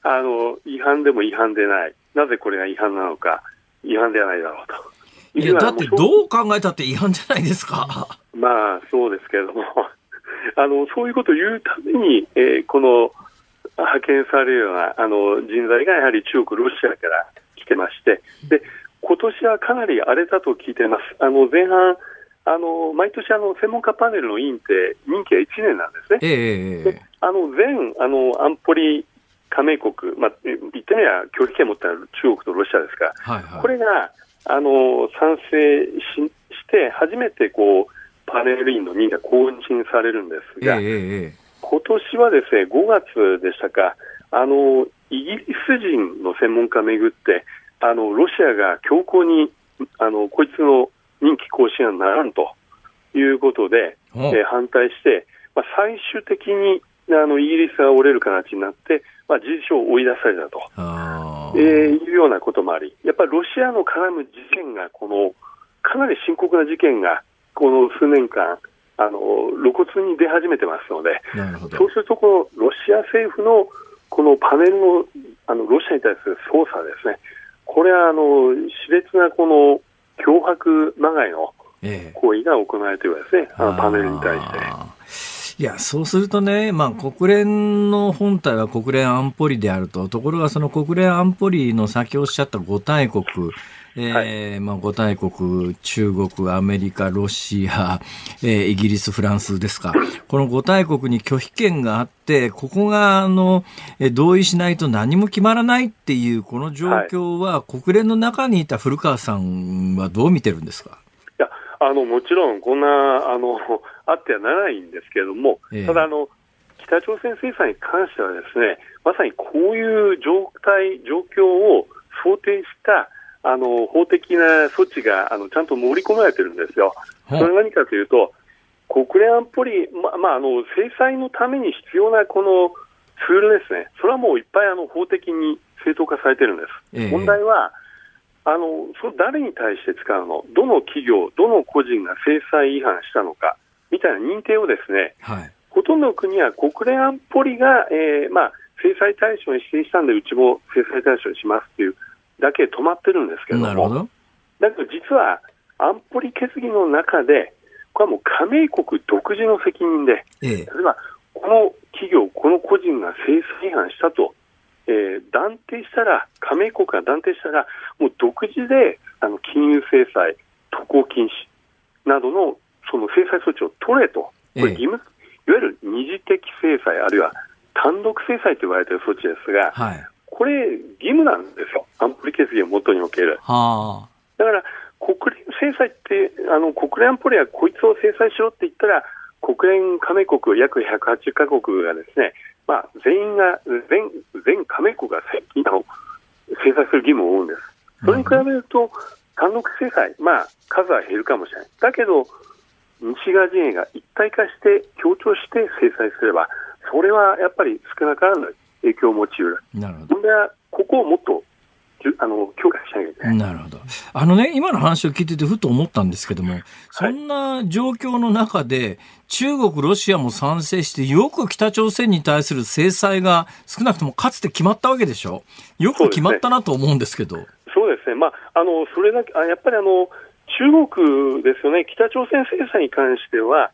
違反でも違反でない。なぜこれが違反なのか、違反ではないだろうと。 いや、だってどう考えたって違反じゃないですか。 まあ、そうですけれども、そういうことを言うために、この派遣されるような人材がやはり中国、ロシアから来てまして、で、今年はかなり荒れたと聞いています。前半、毎年専門家パネルの委員って任期は1年なんですね。で全安保理加盟国、言ってみれば拒否権を持った中国とロシアですから、これが賛成 して初めてパネル委員の任が公認されるんですが、今年はですね、5月でしたか、イギリス人の専門家をめぐって、ロシアが強硬にこいつの任期更新はならんということで、反対して、最終的にイギリスが折れる形になって、事実上追い出されたというようなこともあり、やっぱりロシアの絡む事件がかなり深刻な事件がこの数年間露骨に出始めてますので、そうするとロシア政府のこのパネルのロシアに対する捜査ですね、これは熾烈な脅迫まがいの行為が行われているわけですね、パネルに対して。 いや、そうするとね、国連の本体は国連安保理であると。ころがその国連安保理の先おっしゃった5大国、5大国、中国、アメリカ、ロシア、イギリス、フランスですか。この5大国に拒否権があって、ここが同意しないと何も決まらないっていうこの状況は、国連の中にいた古川さんはどう見てるんですか？ いや、もちろんこんなあってはならないんですけれども、ただ北朝鮮制裁に関してはですね、まさにこういう状況を想定した法的な措置がちゃんと盛り込まれてるんですよ。それは何かというと、国連安保理、制裁のために必要なこのツールですね、それはもういっぱい法的に正当化されてるんです。問題はそれ誰に対して使うの、どの企業、どの個人が制裁違反したのかみたいな認定をですね、ほとんどの国は国連安保理が、制裁対象に指定したんで、うちも制裁対象にしますというだけ止まってるんですけれども、だけど実は安保理決議の中で、これはもう加盟国独自の責任で、例えばこの企業、この個人が制裁違反したと、断定したら、加盟国が断定したら、もう独自で金融制裁、渡航禁止などのその制裁措置を取れと、これ義務、いわゆる二次的制裁、あるいは単独制裁と言われている措置ですが、これ、義務なんですよ、安保理決議を元における。だから国連制裁って、国連安保理はこいつを制裁しろって言ったら、国連加盟国約180カ国がですね、全員が全加盟国が制裁する義務を負うんです。それに比べると単独制裁、数は減るかもしれない。だけど西側陣営が一体化して協調して制裁すれば、それはやっぱり少なからぬ影響を持ち得る。問題はここをもっと強化しなきゃいけない。 なるほど。今の話を聞いててふと思ったんですけども、そんな状況の中で中国、ロシアも賛成して、よく北朝鮮に対する制裁が少なくともかつて決まったわけでしょ。よく決まったなと思うんですけど。 そうですね。それだけやっぱり中国ですよね。北朝鮮制裁に関しては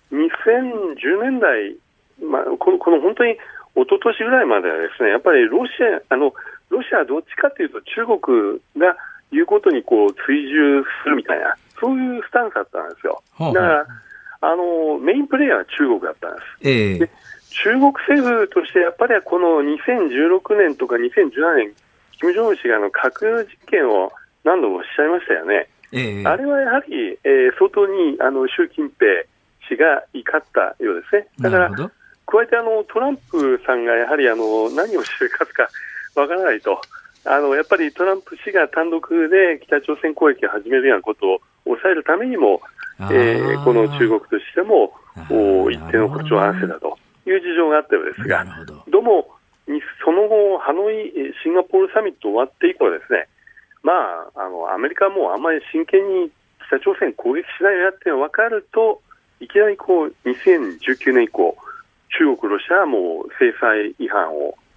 2010年代、この本当に一昨年ぐらいまではですね、やっぱりロシアはどっちかというと中国が言うことに追従するみたいな、そういうスタンスだったんですよ。だからメインプレーヤーは中国だったんです。で、中国政府としてやっぱりこの2016年とか2017年、金正恩氏が核実験を何度もおっしゃいましたよね。あれはやはり、相当に習近平氏が怒ったようですね。だから加えてトランプさんがやはり何をしているかわからないと、やっぱりトランプ氏が単独で北朝鮮攻撃を始めるようなことを抑えるためにも、この中国としても一定の歩調を合わせたという事情があったようですが、どうもその後ハノイシンガポールサミット終わって以降ですね、アメリカはもうあんまり真剣に北朝鮮攻撃しないなっていうのが分かると、いきなり2019年以降中国、ロシアはもう制裁違反を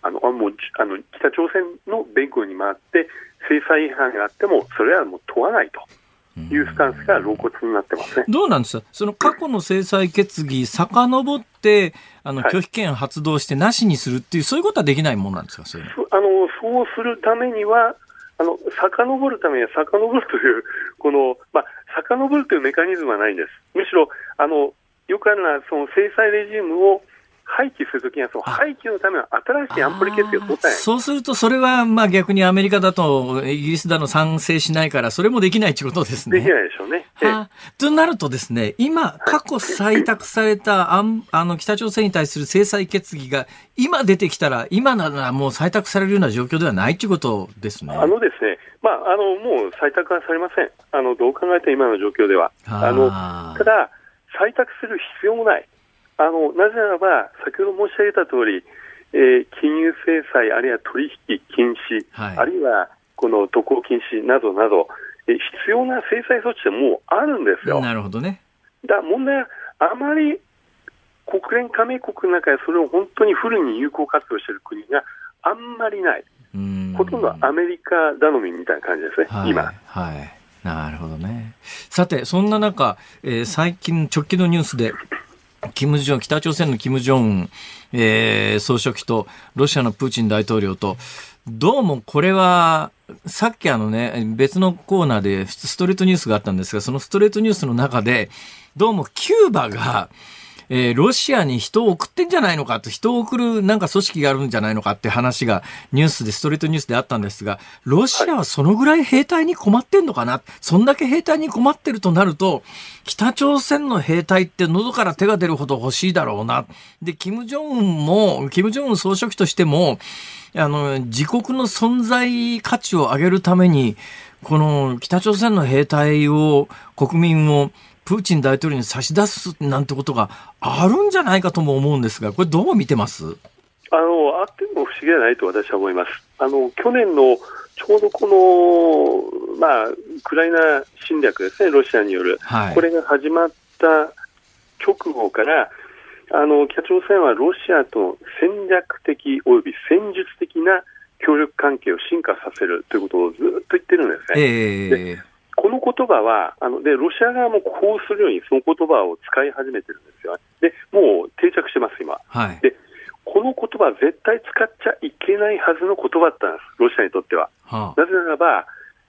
もう北朝鮮の弁護に回って制裁違反があってもそれはもう問わないというスタンスが露骨になってますね。 どうなんですか、その過去の制裁決議遡って拒否権発動してなしにするっていう、そういうことはできないものなんですか。そうするためには遡るためには遡るという遡るというメカニズムはないんです。むしろよくあるのはその制裁レジームを廃棄するときにはその廃棄のための新しい安保理決議を取ったんや。 そうするとそれは逆にアメリカだとイギリスだの賛成しないからそれもできないということですね。 できないでしょうね。 となるとですね、今過去採択された北朝鮮に対する制裁決議が今出てきたら今ならもう採択されるような状況ではないということですね。 ですね、もう採択はされません。どう考えて今の状況ではただ採択する必要もない。なぜならば先ほど申し上げた通り、金融制裁あるいは取引禁止、あるいはこの渡航禁止などなど、必要な制裁措置でもうあるんですよ。 なるほどね。 問題はあまり国連加盟国の中でそれを本当にフルに有効活用している国があんまりない。ほとんどアメリカ頼みみたいな感じですね、今。 なるほどね。さてそんな中、最近直近のニュースで北朝鮮の金正恩、総書記とロシアのプーチン大統領と、どうもこれはさっき別のコーナーでストレートニュースがあったんですが、そのストレートニュースの中でどうもキューバがロシアに人を送ってんじゃないのかと、人を送るなんか組織があるんじゃないのかって話がストレートニュースであったんですが、ロシアはそのぐらい兵隊に困ってんのかな、そんだけ兵隊に困ってるとなると北朝鮮の兵隊って喉から手が出るほど欲しいだろうな。で金正恩総書記としても自国の存在価値を上げるためにこの北朝鮮の兵隊を国民をプーチン大統領に差し出すなんてことがあるんじゃないかとも思うんですが、これどう見てます？ あっても不思議じゃないと私は思います。去年のちょうどこの、ウクライナ侵略ですね、ロシアによる、これが始まった直後から北朝鮮はロシアと戦略的および戦術的な協力関係を進化させるということをずっと言ってるんですね。でこの言葉はロシア側もこうするようにその言葉を使い始めてるんですよ。でもう定着してます今、でこの言葉は絶対使っちゃいけないはずの言葉だったんです、ロシアにとっては。なぜならば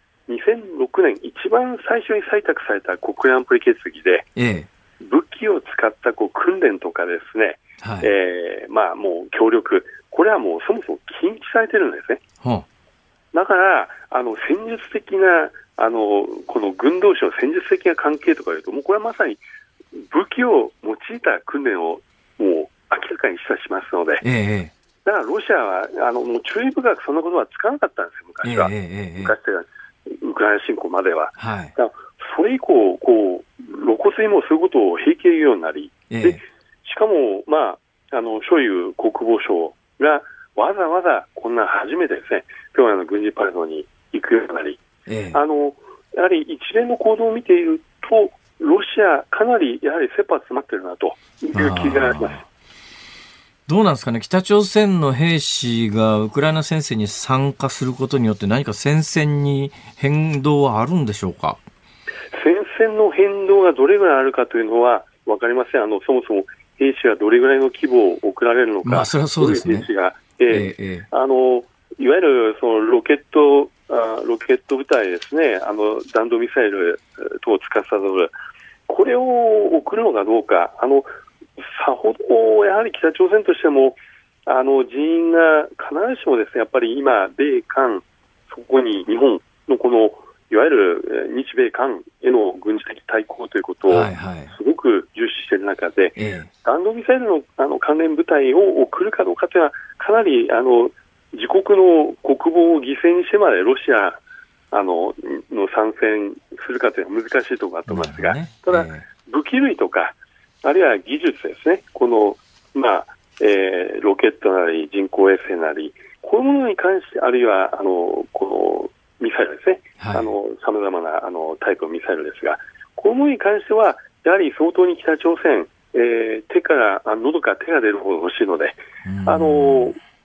2006年一番最初に採択された国連安保理決議で、武器を使った訓練とかですね、もう協力、これはもうそもそも禁止されてるんですね。だから戦術的なこの軍同士の戦術的な関係とかいうと、もうこれはまさに武器を用いた訓練をもう明らかに示唆しますので、だからロシアはもう注意深くそんなことは使わなかったんですよ、昔は。昔というかウクライナ侵攻までは。だからそれ以降露骨にもそういうことを平気で言うようになり、でしかもショイグ国防相がわざわざこんな初めてですね、平壌の軍事パレードに行くようになり、やはり一連の行動を見ているとロシアかなりやはり切羽詰まってるなという気がします。 どうなんですかね、北朝鮮の兵士がウクライナ戦線に参加することによって何か戦線に変動はあるんでしょうか？ 戦線の変動がどれぐらいあるかというのは分かりません。そもそも兵士がどれぐらいの規模を送られるのか、 それはそうですね。 兵士がいわゆるそのロケット部隊ですね、弾道ミサイル等を司る、これを送るのかどうか、さほどやはり北朝鮮としても人員が必ずしもですね、やっぱり今米韓、そこに日本のこのいわゆる日米韓への軍事的対抗ということをすごく重視している中で、弾道ミサイルの関連部隊を送るかどうかというのはかなり自国の国防を犠牲にしてまでロシアの参戦するかというのは難しいところだと思いますが、ただ武器類とかあるいは技術ですね、このロケットなり人工衛星なり、こういうものに関して、あるいはこのミサイルですね、さまざまなタイプのミサイルですが、こういうものに関してはやはり相当に北朝鮮、喉から手が出るほど欲しいので、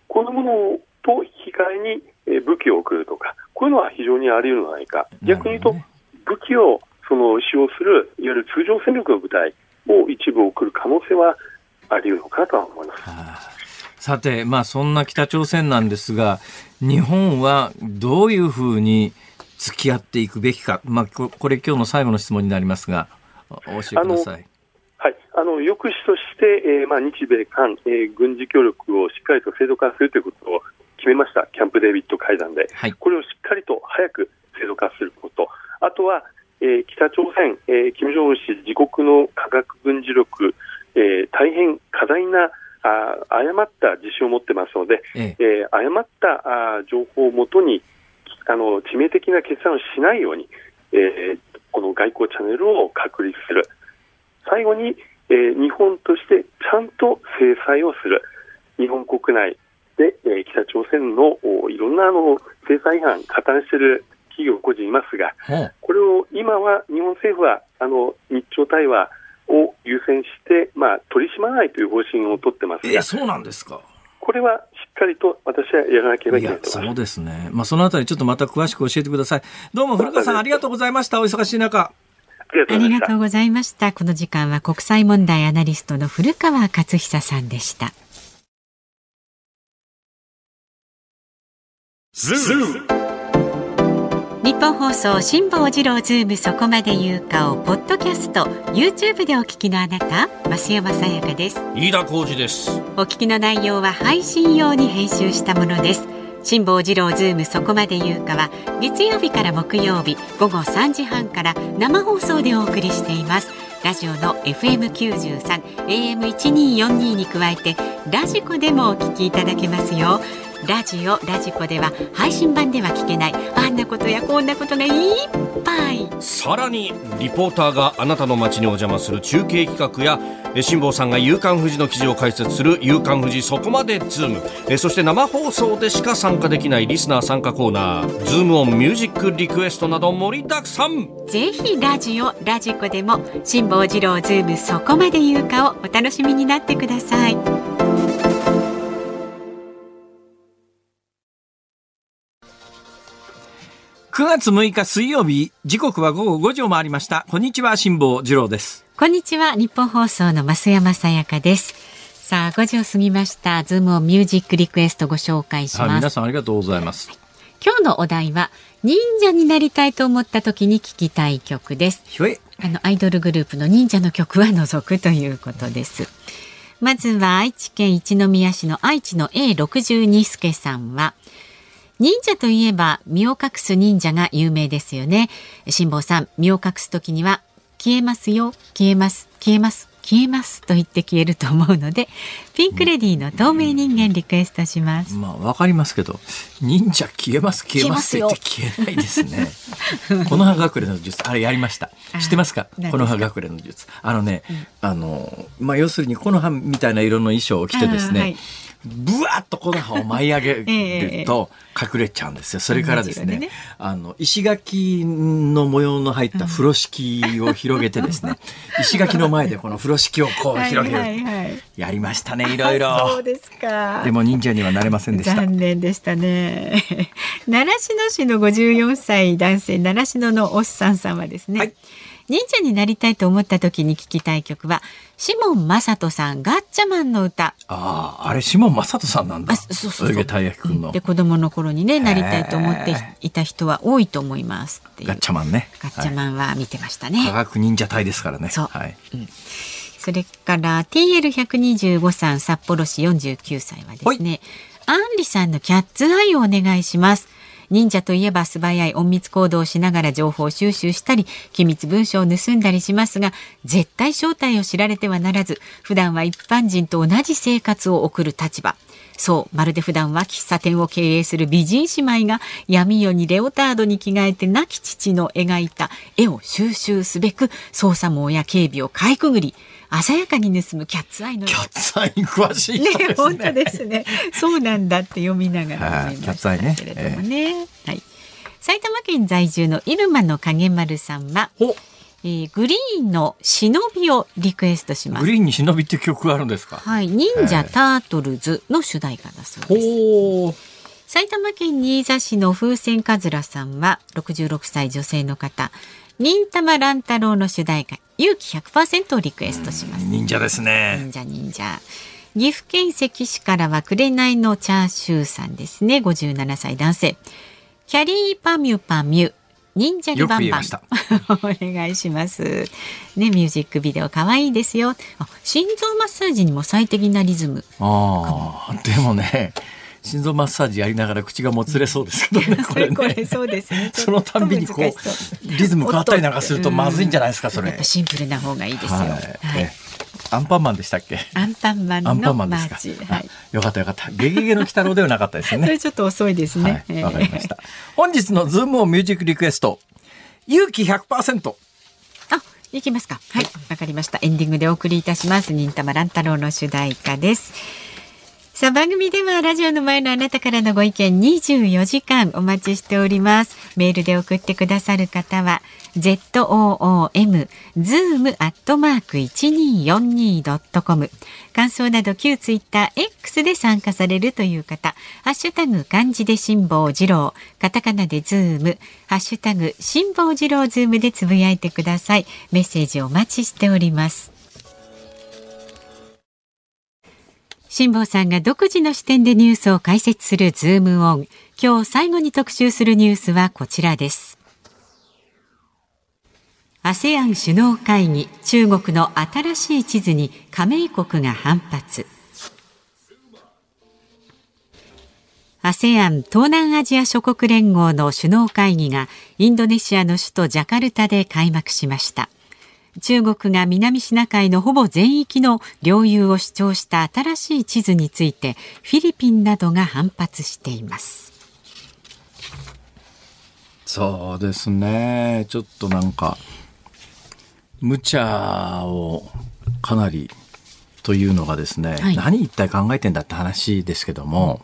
このものと引き換えに武器を送るとか、こういうのは非常にあり得るのではないか。逆に言うと、武器を使用するいわゆる通常戦力の部隊を一部送る可能性はあり得るのかなとは思います。 さて、そんな北朝鮮なんですが、日本はどういうふうに付き合っていくべきか、これ今日の最後の質問になりますが、お教えください。 はい、抑止として、日米韓、軍事協力をしっかりと制度化するということを決めました。キャンプデービッド会談で、はい、これをしっかりと早く制度化すること、あとは、北朝鮮、金正恩氏自国の科学軍事力、大変過大な誤った自信を持ってますので、誤った情報をもとに致命的な決断をしないように、この外交チャンネルを確立する。最後に、日本としてちゃんと制裁をする。日本国内で、北朝鮮のいろんな制裁違反加担している企業個人いますが、これを今は日本政府は日朝対話を優先して、取り締まらないという方針を取ってますが、 そうなんですか。 これはしっかりと私はやらなければいけないと思います。 そうですね。そのあたりちょっとまた詳しく教えてください。どうも古川さんありがとうございました。お忙しい中。 ありがとうございました。この時間は国際問題アナリストの古川勝久さんでした。日本放送辛坊治郎ズームそこまで言うかをポッドキャスト YouTube でお聞きのあなた、増山さやかです。 飯田浩司です。 お聞きの内容は配信用に編集したものです。辛坊治郎ズームそこまで言うかは月曜日から木曜日午後3時半から生放送でお送りしています。ラジオの FM93 AM1242 に加えてラジコでもお聞きいただけますよ。ラジコでは配信版では聞けないあんなことやこんなことがいっぱい。 さらにリポーターがあなたの街にお邪魔する中継企画や辛坊さんが夕刊フジの記事を解説する夕刊フジそこまでズーム、そして生放送でしか参加できないリスナー参加コーナーズームオンミュージックリクエストなど盛りだくさん。 ぜひラジコでも辛坊治郎ズームそこまで言うかをお楽しみになってください。 9月6日水曜日、時刻は午後5時を回りました。こんにちは、辛坊治郎です。 こんにちは、日本放送の増山さやかです。さあ、5時を過ぎました。ズームオンミュージックリクエストご紹介します。 皆さんありがとうございます。 今日のお題は忍者になりたいと思った時に聴きたい曲です。アイドルグループの忍者の曲は除くということです。まずは愛知県一宮市の愛知の A62 助さんは、忍者といえば身を隠す忍者が有名ですよね。辛坊さん、身を隠すときには消えますよ、消えます、消えます、消えますと言って消えると思うので、ピンクレディーの透明人間リクエストします。 わかりますけど、忍者消えます消えますって言って消えないですね。この葉隠れの術、あれやりました。知ってますか？この葉隠れの術。要するにこの葉みたいな色の衣装を着てですね、ぶわっとこの葉を舞い上げると隠れちゃうんですよ。それからですね、石垣の模様の入った風呂敷を広げてですね、石垣の前でこの風呂敷をこう広げる。やりましたね、いろいろ。 そうですか。 でも忍者にはなれませんでした。 残念でしたね。習志野市の54歳男性、習志野のおっさんさんはですね、忍者になりたいと思った時に聴きたい曲はシモン正人さん、ガッチャマンの歌。 あれシモン正人さんなんだ。そういうたい焼きくんの。 で、子供の頃にね、なりたいと思っていた人は多いと思いますっていう。 ガッチャマンね。 ガッチャマンは見てましたね。 科学忍者隊ですからね。 そう。それから TL125 さん、札幌市49歳はですね、アンリさんのキャッツアイをお願いします。忍者といえば素早い隠密行動をしながら情報収集したり機密文書を盗んだりしますが、絶対正体を知られてはならず、普段は一般人と同じ生活を送る立場。そう、まるで普段は喫茶店を経営する美人姉妹が闇夜にレオタードに着替えて亡き父の描いた絵を収集すべく捜査網や警備をかいくぐり鮮やかに盗むキャッツアイのキャッツアイに詳しい人ですね。 本当ですね。そうなんだって読みながら思いましたけれどもね。埼玉県在住のイルマの影丸さんは、 グリーンの忍びをリクエストします。 グリーンに忍びっていう曲があるんですか？ はい、忍者タートルズの主題歌だそうです。埼玉県新座市の風船かずらさんは66歳女性の方、忍たま乱太郎の主題歌勇気 100% をリクエストします。 忍者ですね。 忍者。岐阜県関市からは紅のチャーシューさんですね。57歳男性。キャリーパミュパミュ忍者リバンバンお願いしますね。ミュージックビデオ可愛いですよ。心臓マッサージにも最適なリズム。 でもね、心臓マッサージやりながら口がもつれそうですけどね。 これそうですね。 そのたんびにこうリズム変わったりなんかするとまずいんじゃないですか。それやっぱシンプルな方がいいですよ。 アンパンマンでしたっけ？ アンパンマンのマーチ。 よかったよかった。ゲゲゲの鬼太郎ではなかったですよね。 それちょっと遅いですね。 わかりました。本日のズームオンミュージックリクエスト、勇気 100%。 いきますか。はい、わかりました。エンディングでお送りいたします。忍たま乱太郎の主題歌です。さあ、番組ではラジオの前のあなたからのご意見24時間お待ちしております。メールで送ってくださる方は zoom@1242.com、 感想など旧ツイッター X で参加されるという方、ハッシュタグ漢字で辛坊治郎、カタカナでズーム、ハッシュタグ辛坊治郎ズームでつぶやいてください。メッセージお待ちしております。辛坊さんが独自の視点でニュースを解説するズームオン。今日最後に特集するニュースはこちらです。ASEAN 首脳会議、中国の新しい地図に加盟国が反発。ASEAN 東南アジア諸国連合の首脳会議がインドネシアの首都ジャカルタで開幕しました。中国が南シナ海のほぼ全域の領有を主張した新しい地図についてフィリピンなどが反発しています。 そうですね、ちょっとなんか無茶をかなりというのがですね、何一体考えてんだって話ですけども、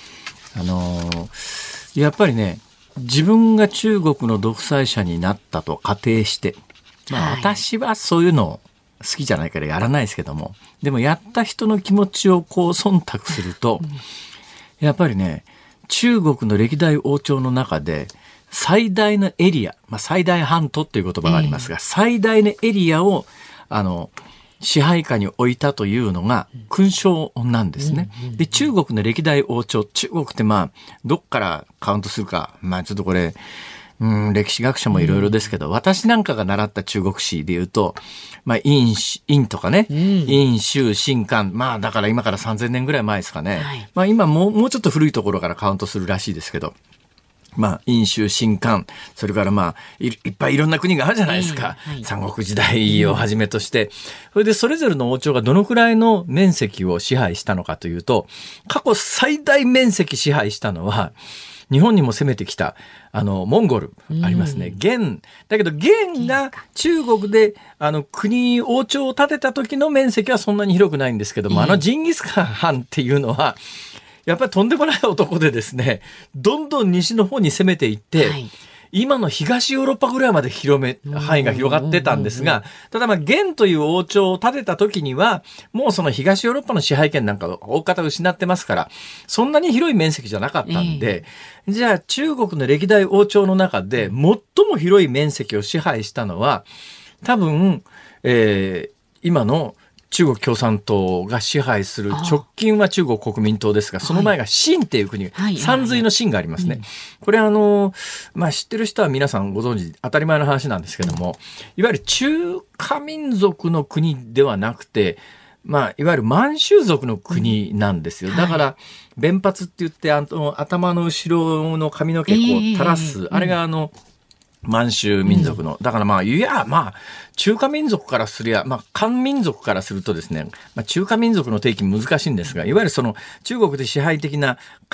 やっぱりね、自分が中国の独裁者になったと仮定して、私はそういうの好きじゃないからやらないですけども、でもやった人の気持ちをこう忖度すると、やっぱりね、中国の歴代王朝の中で最大のエリア、最大半島という言葉がありますが、最大のエリアを支配下に置いたというのが勲章なんですね。で、中国の歴代王朝、中国ってどっからカウントするか、ちょっとこれ歴史学者もいろいろですけど、私なんかが習った中国史で言うと、殷とかね、殷周秦漢、だから今から3000年ぐらい前ですかね。今もうちょっと古いところからカウントするらしいですけど、殷周秦漢、それからいっぱいいろんな国があるじゃないですか。三国時代をはじめとして、それでそれぞれの王朝がどのくらいの面積を支配したのかというと、過去最大面積支配したのは、日本にも攻めてきたモンゴルありますね。だけど元が中国で王朝を建てた時の面積はそんなに広くないんですけども、ジンギスカンハンっていうのはやっぱりとんでもない男でですね、どんどん西の方に攻めていって、今の東ヨーロッパぐらいまで範囲が広がってたんですが、ただ元という王朝を建てた時にはもうその東ヨーロッパの支配権なんか大方失ってますから、そんなに広い面積じゃなかったんで、じゃあ中国の歴代王朝の中で最も広い面積を支配したのは多分、今の中国共産党が支配する、直近は中国国民党ですが、その前が清っていう国、山水の清がありますね。これ知ってる人は皆さんご存知、当たり前の話なんですけども、いわゆる中華民族の国ではなくて、いわゆる満州族の国なんですよ。だから弁髪って言って頭の後ろの髪の毛こう垂らす、あれが満州民族の、だから中華民族からすりゃ、漢民族からするとですね、中華民族の定義難しいんですが、いわゆるその中国で支配的な漢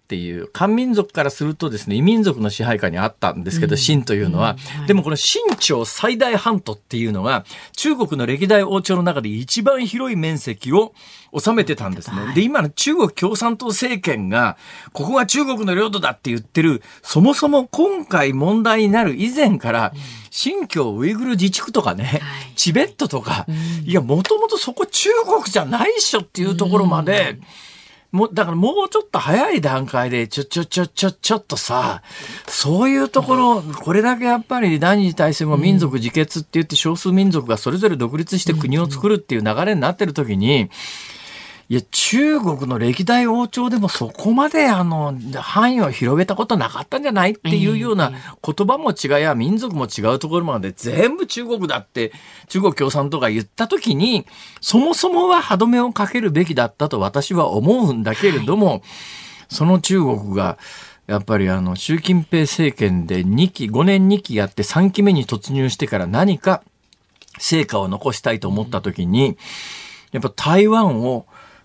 っていう、漢民族からするとですね、異民族の支配下にあったんですけど、秦というのは、でもこの秦朝最大半島っていうのが、中国の歴代王朝の中で一番広い面積を収めてたんですね。で、今の中国共産党政権が、ここが中国の領土だって言ってる、そもそも今回問題になる以前から、新疆ウイグル自治区とかね、チベットとか、いや、もともとそこ中国じゃないっしょっていうところまで、だからもうちょっと早い段階で、ちょっとさ、そういうところ、これだけやっぱり第二次大戦後民族自決って言って少数民族がそれぞれ独立して国を作るっていう流れになってる時に、いや、中国の歴代王朝でもそこまで範囲を広げたことなかったんじゃないっていうような言葉も違いや民族も違うところまで全部中国だって中国共産党が言ったときに、そもそもは歯止めをかけるべきだったと私は思うんだけれども、その中国がやっぱり習近平政権で5年2期やって3期目に突入してから何か成果を残したいと思ったときに、やっぱ台湾を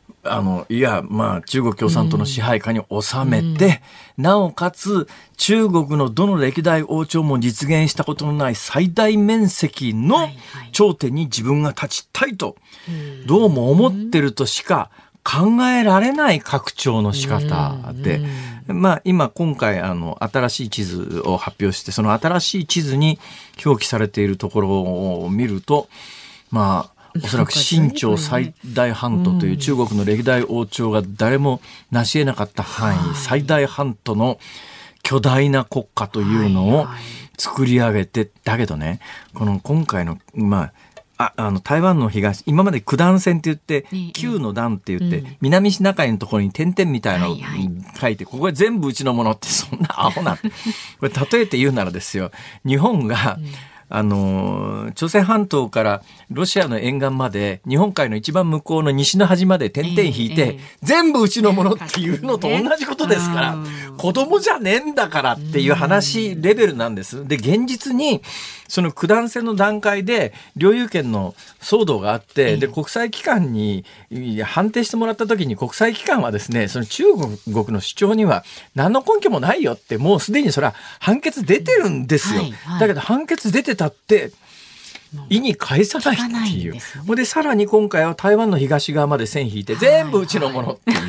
中国共産党の支配下に収めて、なおかつ中国のどの歴代王朝も実現したことのない最大面積の頂点に自分が立ちたいと、どうも思ってるとしか考えられない拡張の仕方で、今回新しい地図を発表して、その新しい地図に表記されているところを見ると、おそらく秦朝最大半島という中国の歴代王朝が誰も成し得なかった範囲、最大半島の巨大な国家というのを作り上げて、だけどね、今回の、台湾の東、今まで九段線って言って、九の段って言って、南シナ海のところに点々みたいなのを書いて、ここは全部うちのものって、そんなアホな。これ例えて言うならですよ、日本が、朝鮮半島からロシアの沿岸まで日本海の一番向こうの西の端まで点々引いて、全部うちのものっていうのと同じことですから、子供じゃねえんだからっていう話レベルなんです。で、現実にその九段線の段階で領有権の騒動があって、で、国際機関に判定してもらった時に、国際機関はですね、その中国の主張には何の根拠もないよって、もうすでにそれは判決出てるんですよ。だけど判決出てたって意に介さないっていう。で、さらに今回は台湾の東側まで線引いて、全部うちのものっていう。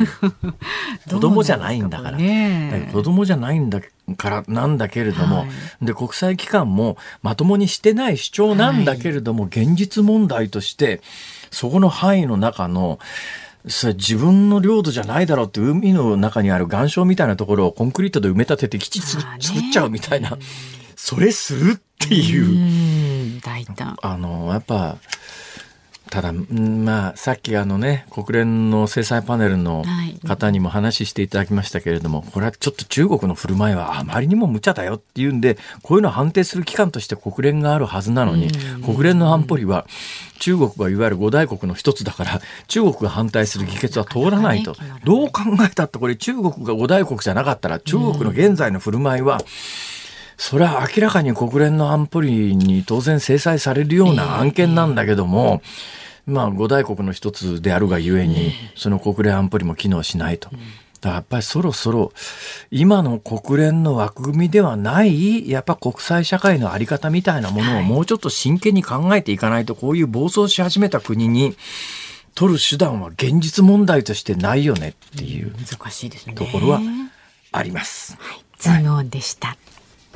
子供じゃないんだから。子供じゃないんだからなんだけれども、で、国際機関もまともにしてない主張なんだけれども、現実問題として、そこの範囲の中の、それ自分の領土じゃないだろうって海の中にある岩礁みたいなところをコンクリートで埋め立てて基地作っちゃうみたいな、それするっていう。 大胆。 やっぱ、ただ、さっき国連の制裁パネルの方にも話していただきましたけれども、これはちょっと中国の振る舞いはあまりにも無茶だよっていうんで、こういうのを判定する機関として国連があるはずなのに、国連の安保理は中国がいわゆる5大国の一つだから、中国が反対する議決は通らないと。どう考えたってこれ中国が5大国じゃなかったら、中国の現在の振る舞いは、それは明らかに国連の安保理に当然制裁されるような案件なんだけども、5大国の一つであるがゆえに、その国連安保理も機能しないと。だからやっぱりそろそろ今の国連の枠組みではないやっぱ国際社会のあり方みたいなものをもうちょっと真剣に考えていかないと、こういう暴走し始めた国に取る手段は現実問題としてないよねっていう難しいですね。 ところはあります。 ズームオンでした。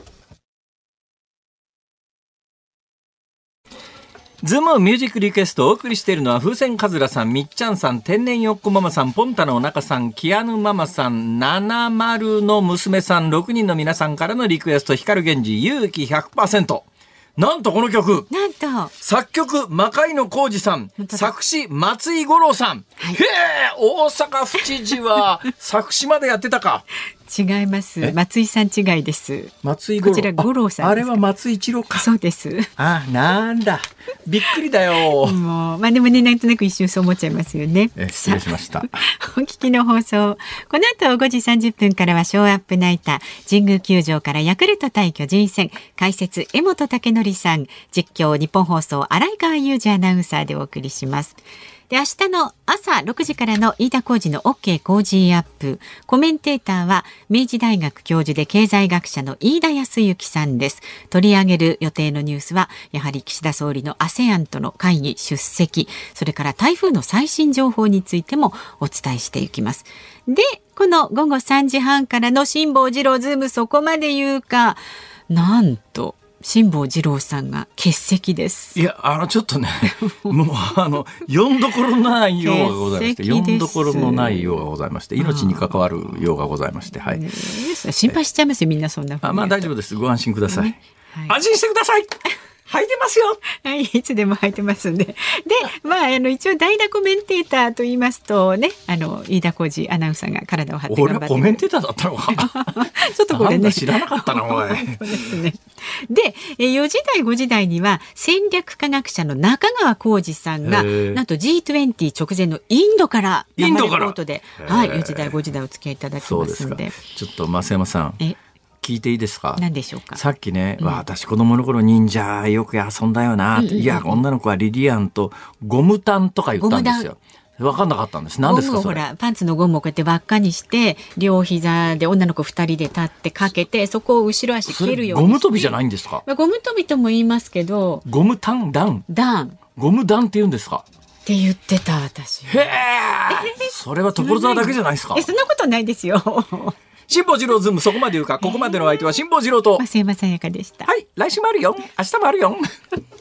ズームミュージックリクエストをお送りしているのは風船カズラさん、みっちゃんさん、天然よっこママさん、ポンタのおなかさん、キアヌママさん、70の娘さん、6人の皆さんからのリクエスト、光源氏勇気 100%。なんとこの曲、 なんと作曲魔界野浩二さん、作詞松井五郎さん、へえ、大阪府知事は作詞までやってたか。 違います。松井さん違いです。 松井五郎。 こちら五郎さん。 あれは松井一郎か。 そうです。 なんだ。びっくりだよ。 もうでもね、なんとなく一瞬そう思っちゃいますよね。 失礼しました。 お聞きの放送。この後5時30分からはショーアップナイター、神宮球場からヤクルト対巨人戦、解説江本武則さん、実況日本放送荒井川裕二アナウンサーでお送りします。 で明日の朝6時からの飯田浩司の OK 工事アップ、コメンテーターは明治大学教授で経済学者の飯田康之さんです。取り上げる予定のニュースはやはり岸田総理の ASEAN との会議出席、それから台風の最新情報についてもお伝えしていきます。でこの午後3時半からの辛坊治郎ズームそこまで言うか、なんと辛坊治郎さんが欠席です。 いやちょっとねもう4どころのないようがございまして、4どころのないようがございまして、命に関わるようがございまして、はい、 心配しちゃいますよ、みんなそんな風に。 まあ大丈夫です、ご安心ください、ね、はい、安心してください履いてますよ。 はい、いつでも履いてますんで。で、一応代打コメンテーターと言いますとね、飯田浩司アナウンサーが体を張って頑張って。 俺コメンテーターだったのか。 ちょっとこれね。 知らなかったな、おい。 そうですね。で、4時台、5時台には戦略科学者の中川浩司さんが、なんと G20 直前のインドから生レポートで、はい、4時台、5時台お付き合いいただきますので。 ちょっと増山さん。聞いていいですか。 何でしょうか。 さっきね、私子供の頃忍者よく遊んだよな、いや女の子はリリアンとゴムタンとか言ったんですよ。分かんなかったんです。何ですかそれ。 ほらパンツのゴムをこうやって輪っかにして両膝で女の子2人で立ってかけて、そこを後ろ足蹴るようにして。 ゴム跳びじゃないんですか。 ゴム跳びとも言いますけど、 ゴムタンダンゴムダンって言うんですかって言ってた私。 へえそれは所沢だけじゃないですか。 そんなことないですよ。 辛坊治郎ズームそこまで言うか、ここまでの相手は辛坊治郎と増山さやかでした。 はい、来週もあるよ、明日もあるよ。